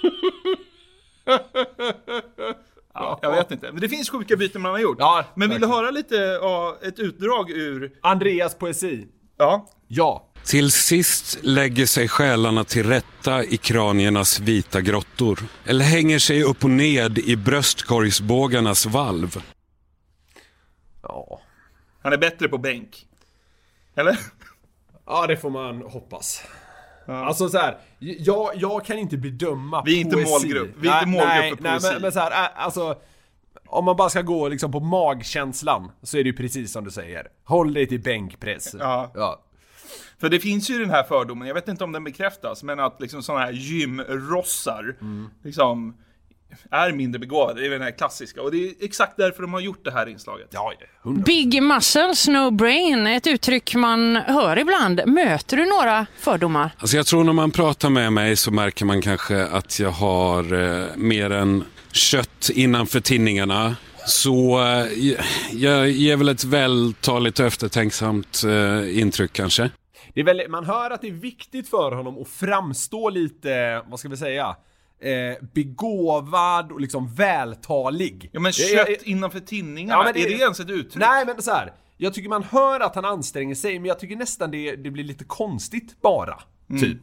Speaker 6: Ja, jag vet inte. Men det finns sjuka byten man har gjort. Ja, men vill du höra lite ett utdrag ur
Speaker 5: Andreas poesi?
Speaker 6: Ja.
Speaker 9: Till sist lägger sig själarna till rätta i kraniernas vita grottor. Eller hänger sig upp och ned i bröstkorgsbågarnas valv.
Speaker 5: Ja.
Speaker 6: Han är bättre på bänk. Eller?
Speaker 5: Ja, det får man hoppas. Ja. Alltså så här, jag kan inte bedöma
Speaker 6: poesi. Vi är inte målgrupp. Vi är inte målgrupp för poesi.
Speaker 5: Men så här, alltså om man bara ska gå liksom på magkänslan, så är det ju precis som du säger. Håll dig till bänkpress. Ja.
Speaker 6: För det finns ju den här fördomen, jag vet inte om den bekräftas, men att liksom sådana här gymrossar liksom är mindre begåvade. Det är den här klassiska. Och det är exakt därför de har gjort det här inslaget.
Speaker 5: Ja,
Speaker 8: Big muscles, no brain. Ett uttryck man hör ibland. Möter du några fördomar?
Speaker 9: Alltså jag tror när man pratar med mig så märker man kanske att jag har mer än kött innanför tinningarna. Så jag ger väl ett vältaligt och eftertänksamt intryck kanske.
Speaker 5: Det är väl, man hör att det är viktigt för honom att framstå lite, vad ska vi säga, begåvad och liksom vältalig.
Speaker 6: Ja, men kött innanför tinningarna, ja, är det ens ett uttryck?
Speaker 5: Nej, men så här, jag tycker man hör att han anstränger sig, men jag tycker nästan det blir lite konstigt bara, typ.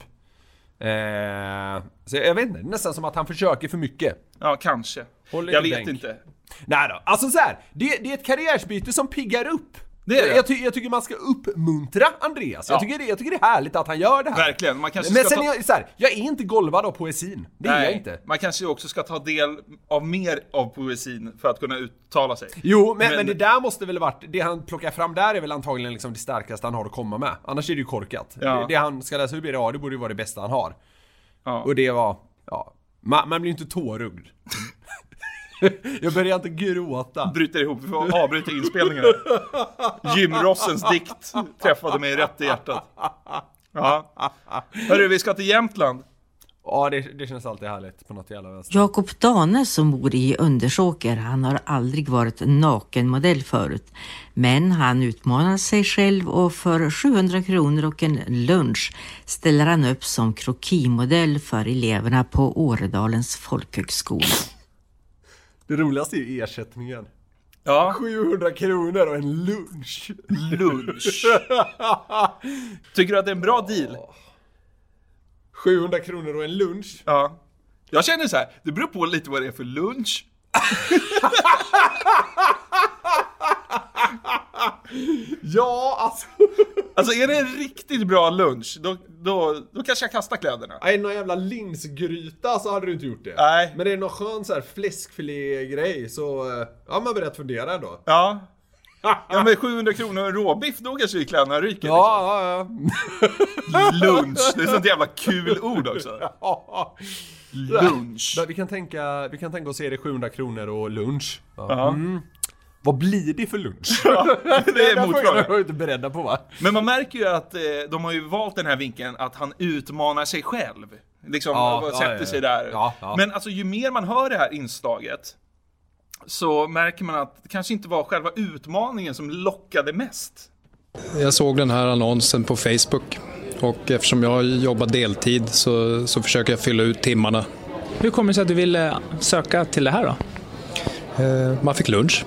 Speaker 5: Så jag vet inte, nästan som att han försöker för mycket.
Speaker 6: Ja, kanske. Jag vet inte.
Speaker 5: Nej då, alltså så här, det är ett karriärsbyte som piggar upp. Jag tycker man ska uppmuntra Andreas. Jag tycker det är härligt att han gör det här.
Speaker 6: Verkligen. Man kanske
Speaker 5: men sen jag är inte golvad av poesin. Det är jag inte.
Speaker 6: Man kanske också ska ta del av mer av poesin för att kunna uttala sig.
Speaker 5: Jo, men det där måste väl varit, det han plockar fram där är väl antagligen liksom det starkaste han har att komma med. Annars är det ju korkat. Det han ska läsa ur det borde ju vara det bästa han har. Ja. Och det var, man blir inte tårugd. Jag börjar inte gråta.
Speaker 6: Bryter ihop, vi får avbryta inspelningen. Gymrossens dikt träffade mig rätt i hjärtat. Ja. Hörru, vi ska till Jämtland.
Speaker 5: Ja, det känns alltid härligt på något jävla vänster.
Speaker 10: Jakob Dane som bor i Undersåker, han har aldrig varit nakenmodell förut. Men han utmanar sig själv och för 700 kronor och en lunch ställer han upp som krokimodell för eleverna på Åredalens folkhögskola.
Speaker 5: Det roligaste är ju ersättningen.
Speaker 6: Ja.
Speaker 5: 700 kronor och en lunch.
Speaker 6: Tycker du att det är en bra deal?
Speaker 5: 700 kronor och en lunch?
Speaker 6: Ja. Jag känner så här, det beror på lite vad det är för lunch.
Speaker 5: Ja, alltså.
Speaker 6: Alltså är det en riktigt bra lunch, då kanske jag kastar kläderna.
Speaker 5: Nej, någon jävla linsgryta så hade du inte gjort det.
Speaker 6: Nej.
Speaker 5: Men det är någon skön så här fläskfilé-grej, så man börjar att fundera då.
Speaker 6: Ja. Ja, men 700 kronor och råbiff, då kanske kläderna ryker.
Speaker 5: Ja.
Speaker 6: Lunch, det är sånt jävla kul ord också. Lunch.
Speaker 5: Vi kan tänka oss se det 700 kronor och lunch.
Speaker 6: Ja.
Speaker 5: vad blir det för lunch?
Speaker 6: Ja, det är motfrågan.
Speaker 5: Jag är inte beredda på, va?
Speaker 6: Men man märker ju att de har ju valt den här vinkeln att han utmanar sig själv. Liksom, sätter sig där.
Speaker 5: Ja.
Speaker 6: Men alltså, ju mer man hör det här inslaget så märker man att det kanske inte var själva utmaningen som lockade mest.
Speaker 11: Jag såg den här annonsen på Facebook och eftersom jag jobbar deltid så försöker jag fylla ut timmarna.
Speaker 12: Hur kommer det sig att du ville söka till det här då?
Speaker 11: Man fick lunch.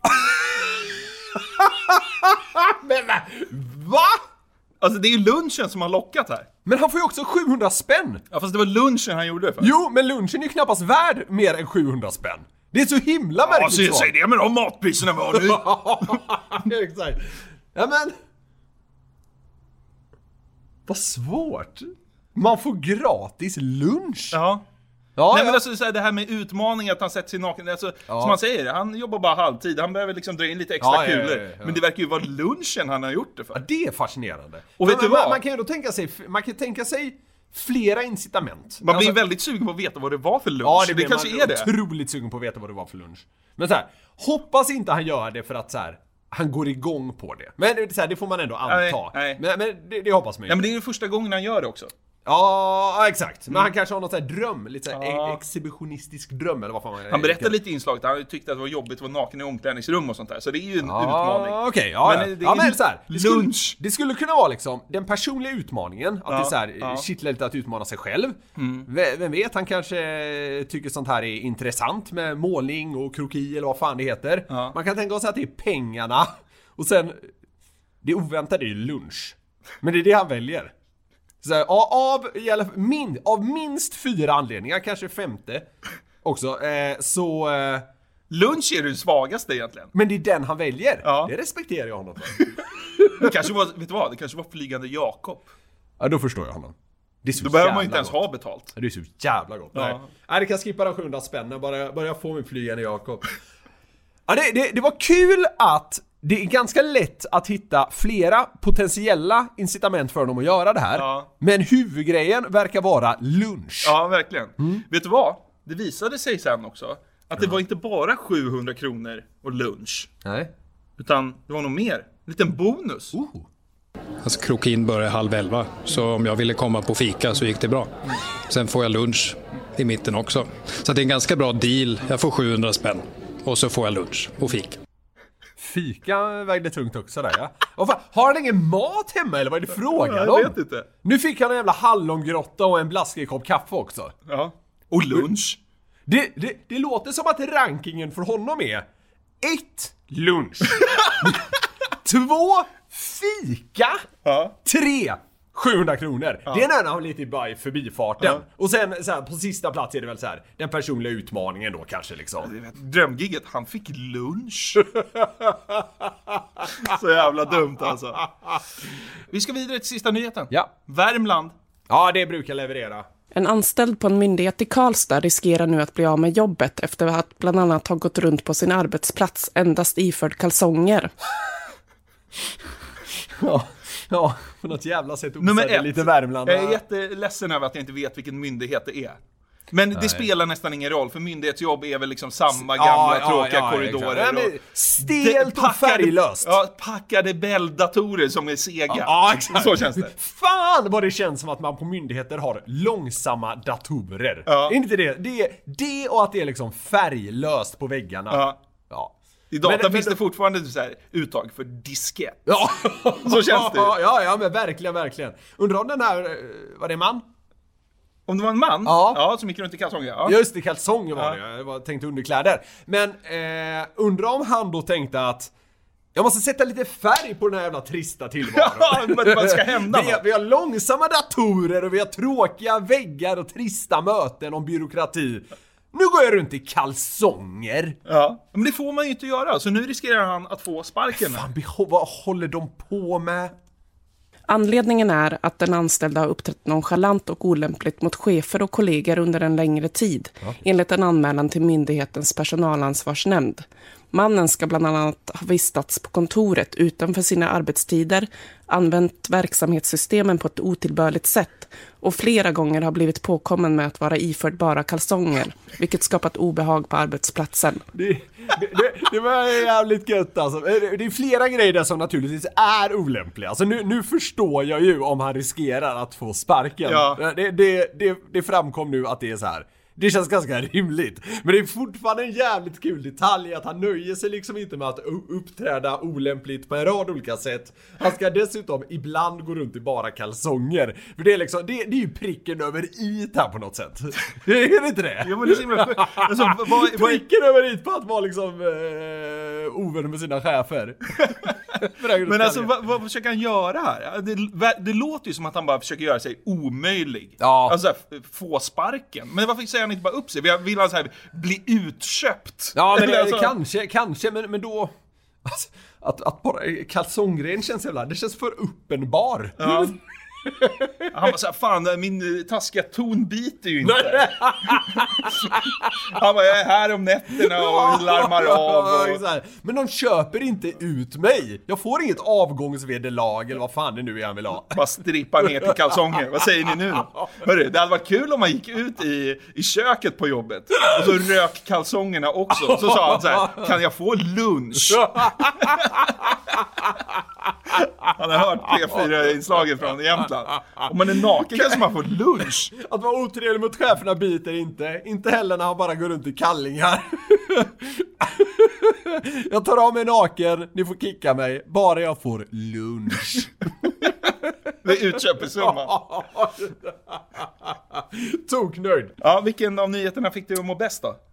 Speaker 5: Men va?
Speaker 6: Alltså det är ju lunchen som har lockat här.
Speaker 5: Men han får ju också 700 spänn.
Speaker 6: Ja, fast det var lunchen han gjorde för.
Speaker 5: Jo, men lunchen är ju knappast värd mer än 700 spänn. Det är så himla märkligt.
Speaker 6: Ja, säg det med de matpriserna var nu.
Speaker 5: Exakt. Ja, men vad svårt. Man får gratis lunch.
Speaker 6: Ja. Nej, men alltså, så här, det här med utmaning att han sätter sig naken, alltså, som man säger, han jobbar bara halvtid, han behöver liksom dra in lite extra kulor. Men det verkar ju vara lunchen han har gjort det för.
Speaker 5: Ja, det är fascinerande.
Speaker 6: Och vet du vad?
Speaker 5: Man kan ju då tänka sig flera incitament.
Speaker 6: Man blir väldigt sugen på att veta vad det var för lunch.
Speaker 5: Ja,
Speaker 6: det kanske är det.
Speaker 5: Otroligt sugen på att veta vad det var för lunch. Men så här, hoppas inte han gör det för att så här, han går igång på det. Men så här, det får man ändå anta.
Speaker 6: Nej.
Speaker 5: Men det hoppas man ju.
Speaker 6: Ja, men det är ju första gången han gör det också.
Speaker 5: Ja, exakt. Men han kanske har något sån här dröm, lite så här exhibitionistisk dröm eller vad fan man.
Speaker 6: Han berättade lite i inslaget, han tyckte att det var jobbigt att vara naken i omklädningsrum och sånt där. Så det är ju en utmaning.
Speaker 5: Okej, men så här,
Speaker 6: lunch.
Speaker 5: Det skulle kunna vara liksom den personliga utmaningen, att det är så här, kittlar lite att utmana sig själv. Vem vet, han kanske tycker sånt här är intressant med målning och kroki eller vad fan det heter. Man kan tänka sig att det är pengarna och sen det oväntade är ju lunch. Men det är det han väljer. Så här, av minst 4 anledningar, kanske 5:e också, så
Speaker 6: lunch är den svagaste egentligen.
Speaker 5: Men det är den han väljer. Det respekterar jag honom för.
Speaker 6: Det kanske var, vet du vad? Det kanske var flygande Jakob.
Speaker 5: Ja, då förstår jag honom.
Speaker 6: Då behöver man inte ens ha betalt.
Speaker 5: Det är så jävla gott. Nej, det kan skippa de 700 spänn. Bara jag får min flygande Jakob. Ja, det var kul att det är ganska lätt att hitta flera potentiella incitament för dem att göra det här. Men huvudgrejen verkar vara lunch.
Speaker 6: Ja, verkligen. Vet du vad? Det visade sig sen också att det var inte bara 700 kronor och lunch.
Speaker 5: Nej.
Speaker 6: Utan det var nog mer. En liten bonus.
Speaker 11: Alltså krokin började 10:30, så om jag ville komma på fika så gick det bra. Sen får jag lunch i mitten också. Så det är en ganska bra deal. Jag får 700 spänn och så får jag lunch och fika.
Speaker 5: Fika vägde tungt också där, ja. Har han ingen mat hemma eller vad är det frågan om?
Speaker 6: Jag vet inte.
Speaker 5: Nu fick han en jävla hallongrotta och en blaskig kopp kaffe också.
Speaker 6: Ja. Och lunch.
Speaker 5: Det låter som att rankingen för honom är 1. Lunch 2. Fika 3. 700 kronor. Det är när han lite bara i förbifarten. Och sen så här, på sista plats är det väl så här, den personliga utmaningen då kanske liksom.
Speaker 6: Drömgigget, han fick lunch. Så jävla dumt alltså. Vi ska vidare till sista nyheten. Värmland.
Speaker 5: Ja, det brukar leverera.
Speaker 13: En anställd på en myndighet i Karlstad riskerar nu att bli av med jobbet efter att bland annat ha gått runt på sin arbetsplats endast iförd kalsonger.
Speaker 5: Ja, på något jävla sätt osade lite Värmland.
Speaker 6: Jag är jätteledsen över att jag inte vet vilken myndighet det är. Men det spelar nästan ingen roll, för myndighetsjobb är väl liksom samma gamla tråkiga korridorer.
Speaker 5: Stelt och färglöst.
Speaker 6: Packade Bell-datorer som är sega.
Speaker 5: Ja, exakt.
Speaker 6: Så känns det.
Speaker 5: Fan vad det känns som att man på myndigheter har långsamma datorer. Är inte det och att det är liksom färglöst på väggarna. Ja.
Speaker 6: I data finns det fortfarande så här uttag för diskett. Ja, så känns det.
Speaker 5: Ja, men verkligen. Undrar om den här, var det en man?
Speaker 6: Om det var en man? Ja, som gick runt i kalsonger. Ja.
Speaker 5: Just det, kalsonger var det. Jag tänkte underkläder. Men undrar om han då tänkte att jag måste sätta lite färg på den här jävla trista tillvaron.
Speaker 6: Ja, men vad ska hända?
Speaker 5: Vi har långsamma datorer och vi har tråkiga väggar och trista möten om byråkrati. Nu går jag runt i kalsonger.
Speaker 6: Ja, men det får man ju inte göra. Så nu riskerar han att få sparken.
Speaker 5: Fan, vad håller de på med?
Speaker 13: Anledningen är att den anställda har uppträtt nonchalant och olämpligt mot chefer och kollegor under en längre tid, enligt en anmälan till myndighetens personalansvarsnämnd. Mannen ska bland annat ha vistats på kontoret utanför sina arbetstider, använt verksamhetssystemen på ett otillbörligt sätt och flera gånger har blivit påkommen med att vara iförd bara kalsonger, vilket skapat obehag på arbetsplatsen.
Speaker 5: Det var jävligt gött alltså. Det är flera grejer där som naturligtvis är olämpliga. Alltså nu förstår jag ju om han riskerar att få sparken. Ja. Det framkom nu att det är så här. Det känns ganska rimligt. Men det är fortfarande en jävligt kul detalj att han nöjer sig liksom inte med att uppträda olämpligt på en rad olika sätt. Han ska dessutom ibland gå runt i bara kalsonger. För det är liksom, det är ju pricken över i här på något sätt. Är det inte det?
Speaker 6: Ja, men det är himla, alltså,
Speaker 5: pricken över i på att vara liksom ovän med sina chefer.
Speaker 6: Men alltså vad försöker han göra här? Det låter ju som att han bara försöker göra sig omöjlig.
Speaker 5: Ja.
Speaker 6: Alltså få sparken. Men varför säger han inte bara upp sig? Vill han så här bli utköpt?
Speaker 5: Ja, men
Speaker 6: alltså,
Speaker 5: kanske men då alltså, att bara kalsonggrejen känns jävla, det känns för uppenbar.
Speaker 6: Ja. Han bara såhär, fan min taskiga ton biter ju inte. Han bara, jag är här om nätterna och larmar av och...
Speaker 5: Men de köper inte ut mig. Jag får inget avgångsvederlag eller vad fan det nu är han vill ha.
Speaker 6: Bara strippa ner till kalsonger. Vad säger ni nu då? Hörru, det hade varit kul om man gick ut i köket på jobbet och så rök kalsongerna också. Så sa han så här, kan jag få lunch? Han har hört P4-inslaget från Jämtland. Om man är naken kanske man får lunch.
Speaker 5: Att vara otrevlig mot cheferna biter inte heller när han bara går runt i kallingar. Jag tar av mig naken, ni får kicka mig, bara jag får lunch.
Speaker 6: Det är utköpesumman.
Speaker 5: Toknörd.
Speaker 6: Ja, vilken av nyheterna fick du att må bäst då?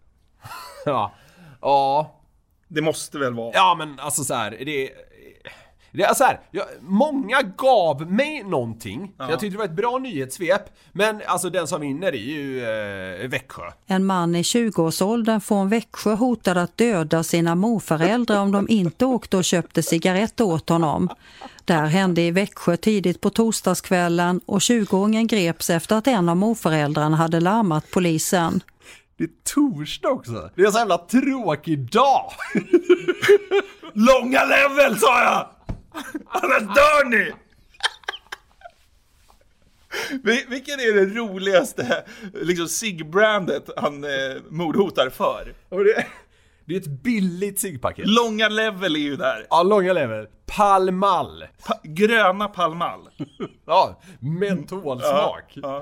Speaker 5: Ja.
Speaker 6: Det måste väl vara.
Speaker 5: Ja, men alltså så här, det är så här, många gav mig någonting. Ja. Jag tyckte det var ett bra nyhetssvep. Men alltså den som vinner är ju Växjö.
Speaker 7: En man i 20-årsåldern från Växjö hotade att döda sina morföräldrar om de inte åkte och köpte cigaretter åt honom. Det här hände i Växjö tidigt på torsdagskvällen och 20-åringen greps efter att en av morföräldrarna hade larmat polisen.
Speaker 5: Det är torsdag också. Det är en så jävla tråkig dag.
Speaker 6: Långa level, sa jag! Annars dör ni! Vilken är det roligaste liksom SIG-brandet han mordhotar för?
Speaker 5: Det är ett billigt SIG-paket.
Speaker 6: Långa level är ju där.
Speaker 5: Ja, långa level. Palmal.
Speaker 6: Gröna palmal.
Speaker 5: Ja, mentolsmak. Ja.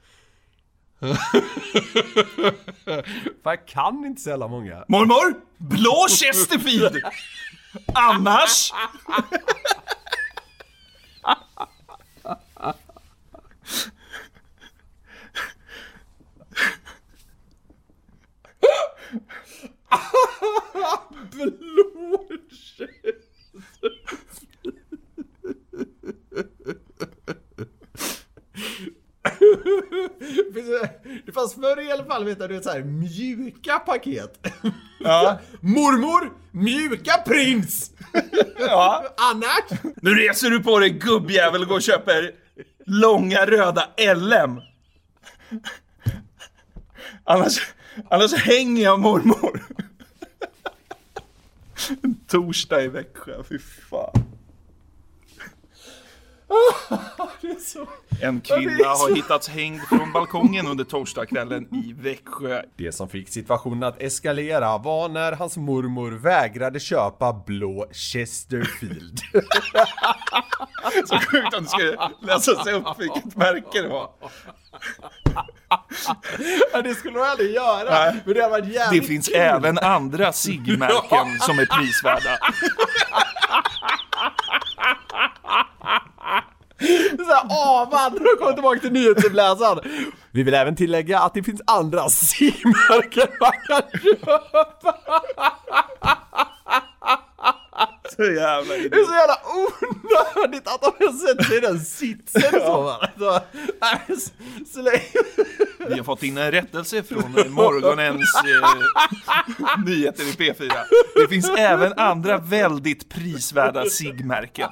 Speaker 5: För jag kan inte sälja många.
Speaker 6: Mormor, blå Chesterfield. Annars
Speaker 5: blå Det fanns förr i alla fall, vet du, så här mjuka paket.
Speaker 6: Ja.
Speaker 5: Mormor, mjuka prins.
Speaker 6: Ja.
Speaker 5: Annars
Speaker 6: nu reser du på dig, gubbjävel, och går och köper långa röda LM. Annars hänger jag mormor. Torsdag i Växjö, fy fan. En kvinna har hittats hängd från balkongen under torsdagskvällen i Växjö.
Speaker 5: Det som fick situationen att eskalera var när hans mormor vägrade köpa blå Chesterfield.
Speaker 6: Så sjukt att du skulle läsa sig upp vilket märke det var.
Speaker 5: Ja, det skulle man aldrig göra. Men det har varit jävligt
Speaker 6: det finns
Speaker 5: kul.
Speaker 6: Även andra SIG-märken som är prisvärda.
Speaker 5: Så här, nu kommer tillbaka till nyhetsuppläsaren. Vi vill även tillägga att det finns andra SIG-märken man kan köpa.
Speaker 6: Så jävla idé.
Speaker 5: Det är så jävla onödigt att de har sett sig i den sitsen.
Speaker 6: Vi har fått in en rättelse från morgonens nyheter i P4. Det finns även andra väldigt prisvärda SIG-märken.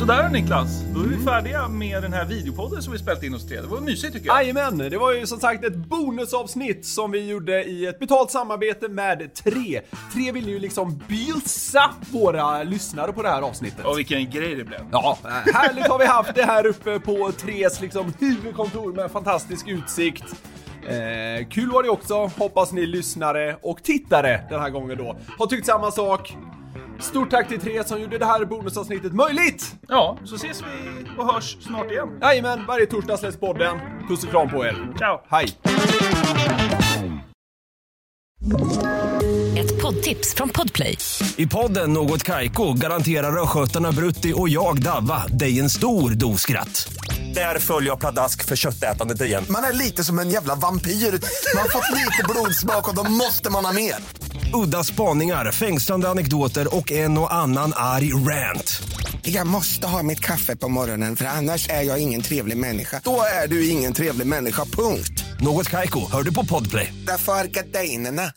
Speaker 6: Sådär Niklas, då är vi färdiga med den här videopodden som vi spelat in hos Tre. Det var mysigt tycker jag.
Speaker 5: Jajamän, det var ju som sagt ett bonusavsnitt som vi gjorde i ett betalt samarbete med Tre. Tre ville ju liksom bjussa våra lyssnare på det här avsnittet.
Speaker 6: Och vilken grej det blev.
Speaker 5: Ja, härligt har vi haft det här uppe på Tres liksom huvudkontor med fantastisk utsikt. Kul var det också, hoppas ni lyssnare och tittare den här gången då har tyckt samma sak. Stort tack till Tre som gjorde det här bonusavsnittet möjligt.
Speaker 6: Ja, så ses vi och hörs snart igen.
Speaker 5: Jajamän, varje torsdag släpps podden. Puss och kram på er.
Speaker 6: Ciao.
Speaker 5: Hej.
Speaker 14: Ett poddtips från Podplay.
Speaker 15: I podden Något Kaiko garanterar röskötarna Brutti och jag Davva dig en stor doskratt. Där följer jag pladask för köttätandet igen.
Speaker 16: Man är lite som en jävla vampyr. Man har fått lite blodsmak och då måste man ha mer.
Speaker 15: Udda spaningar, fängslande anekdoter och en och annan arg rant.
Speaker 16: Jag måste ha mitt kaffe på morgonen för annars är jag ingen trevlig människa. Då är du ingen trevlig människa, punkt.
Speaker 15: Något Kaiko, hör du på Podplay.
Speaker 16: Därför är gardinerna.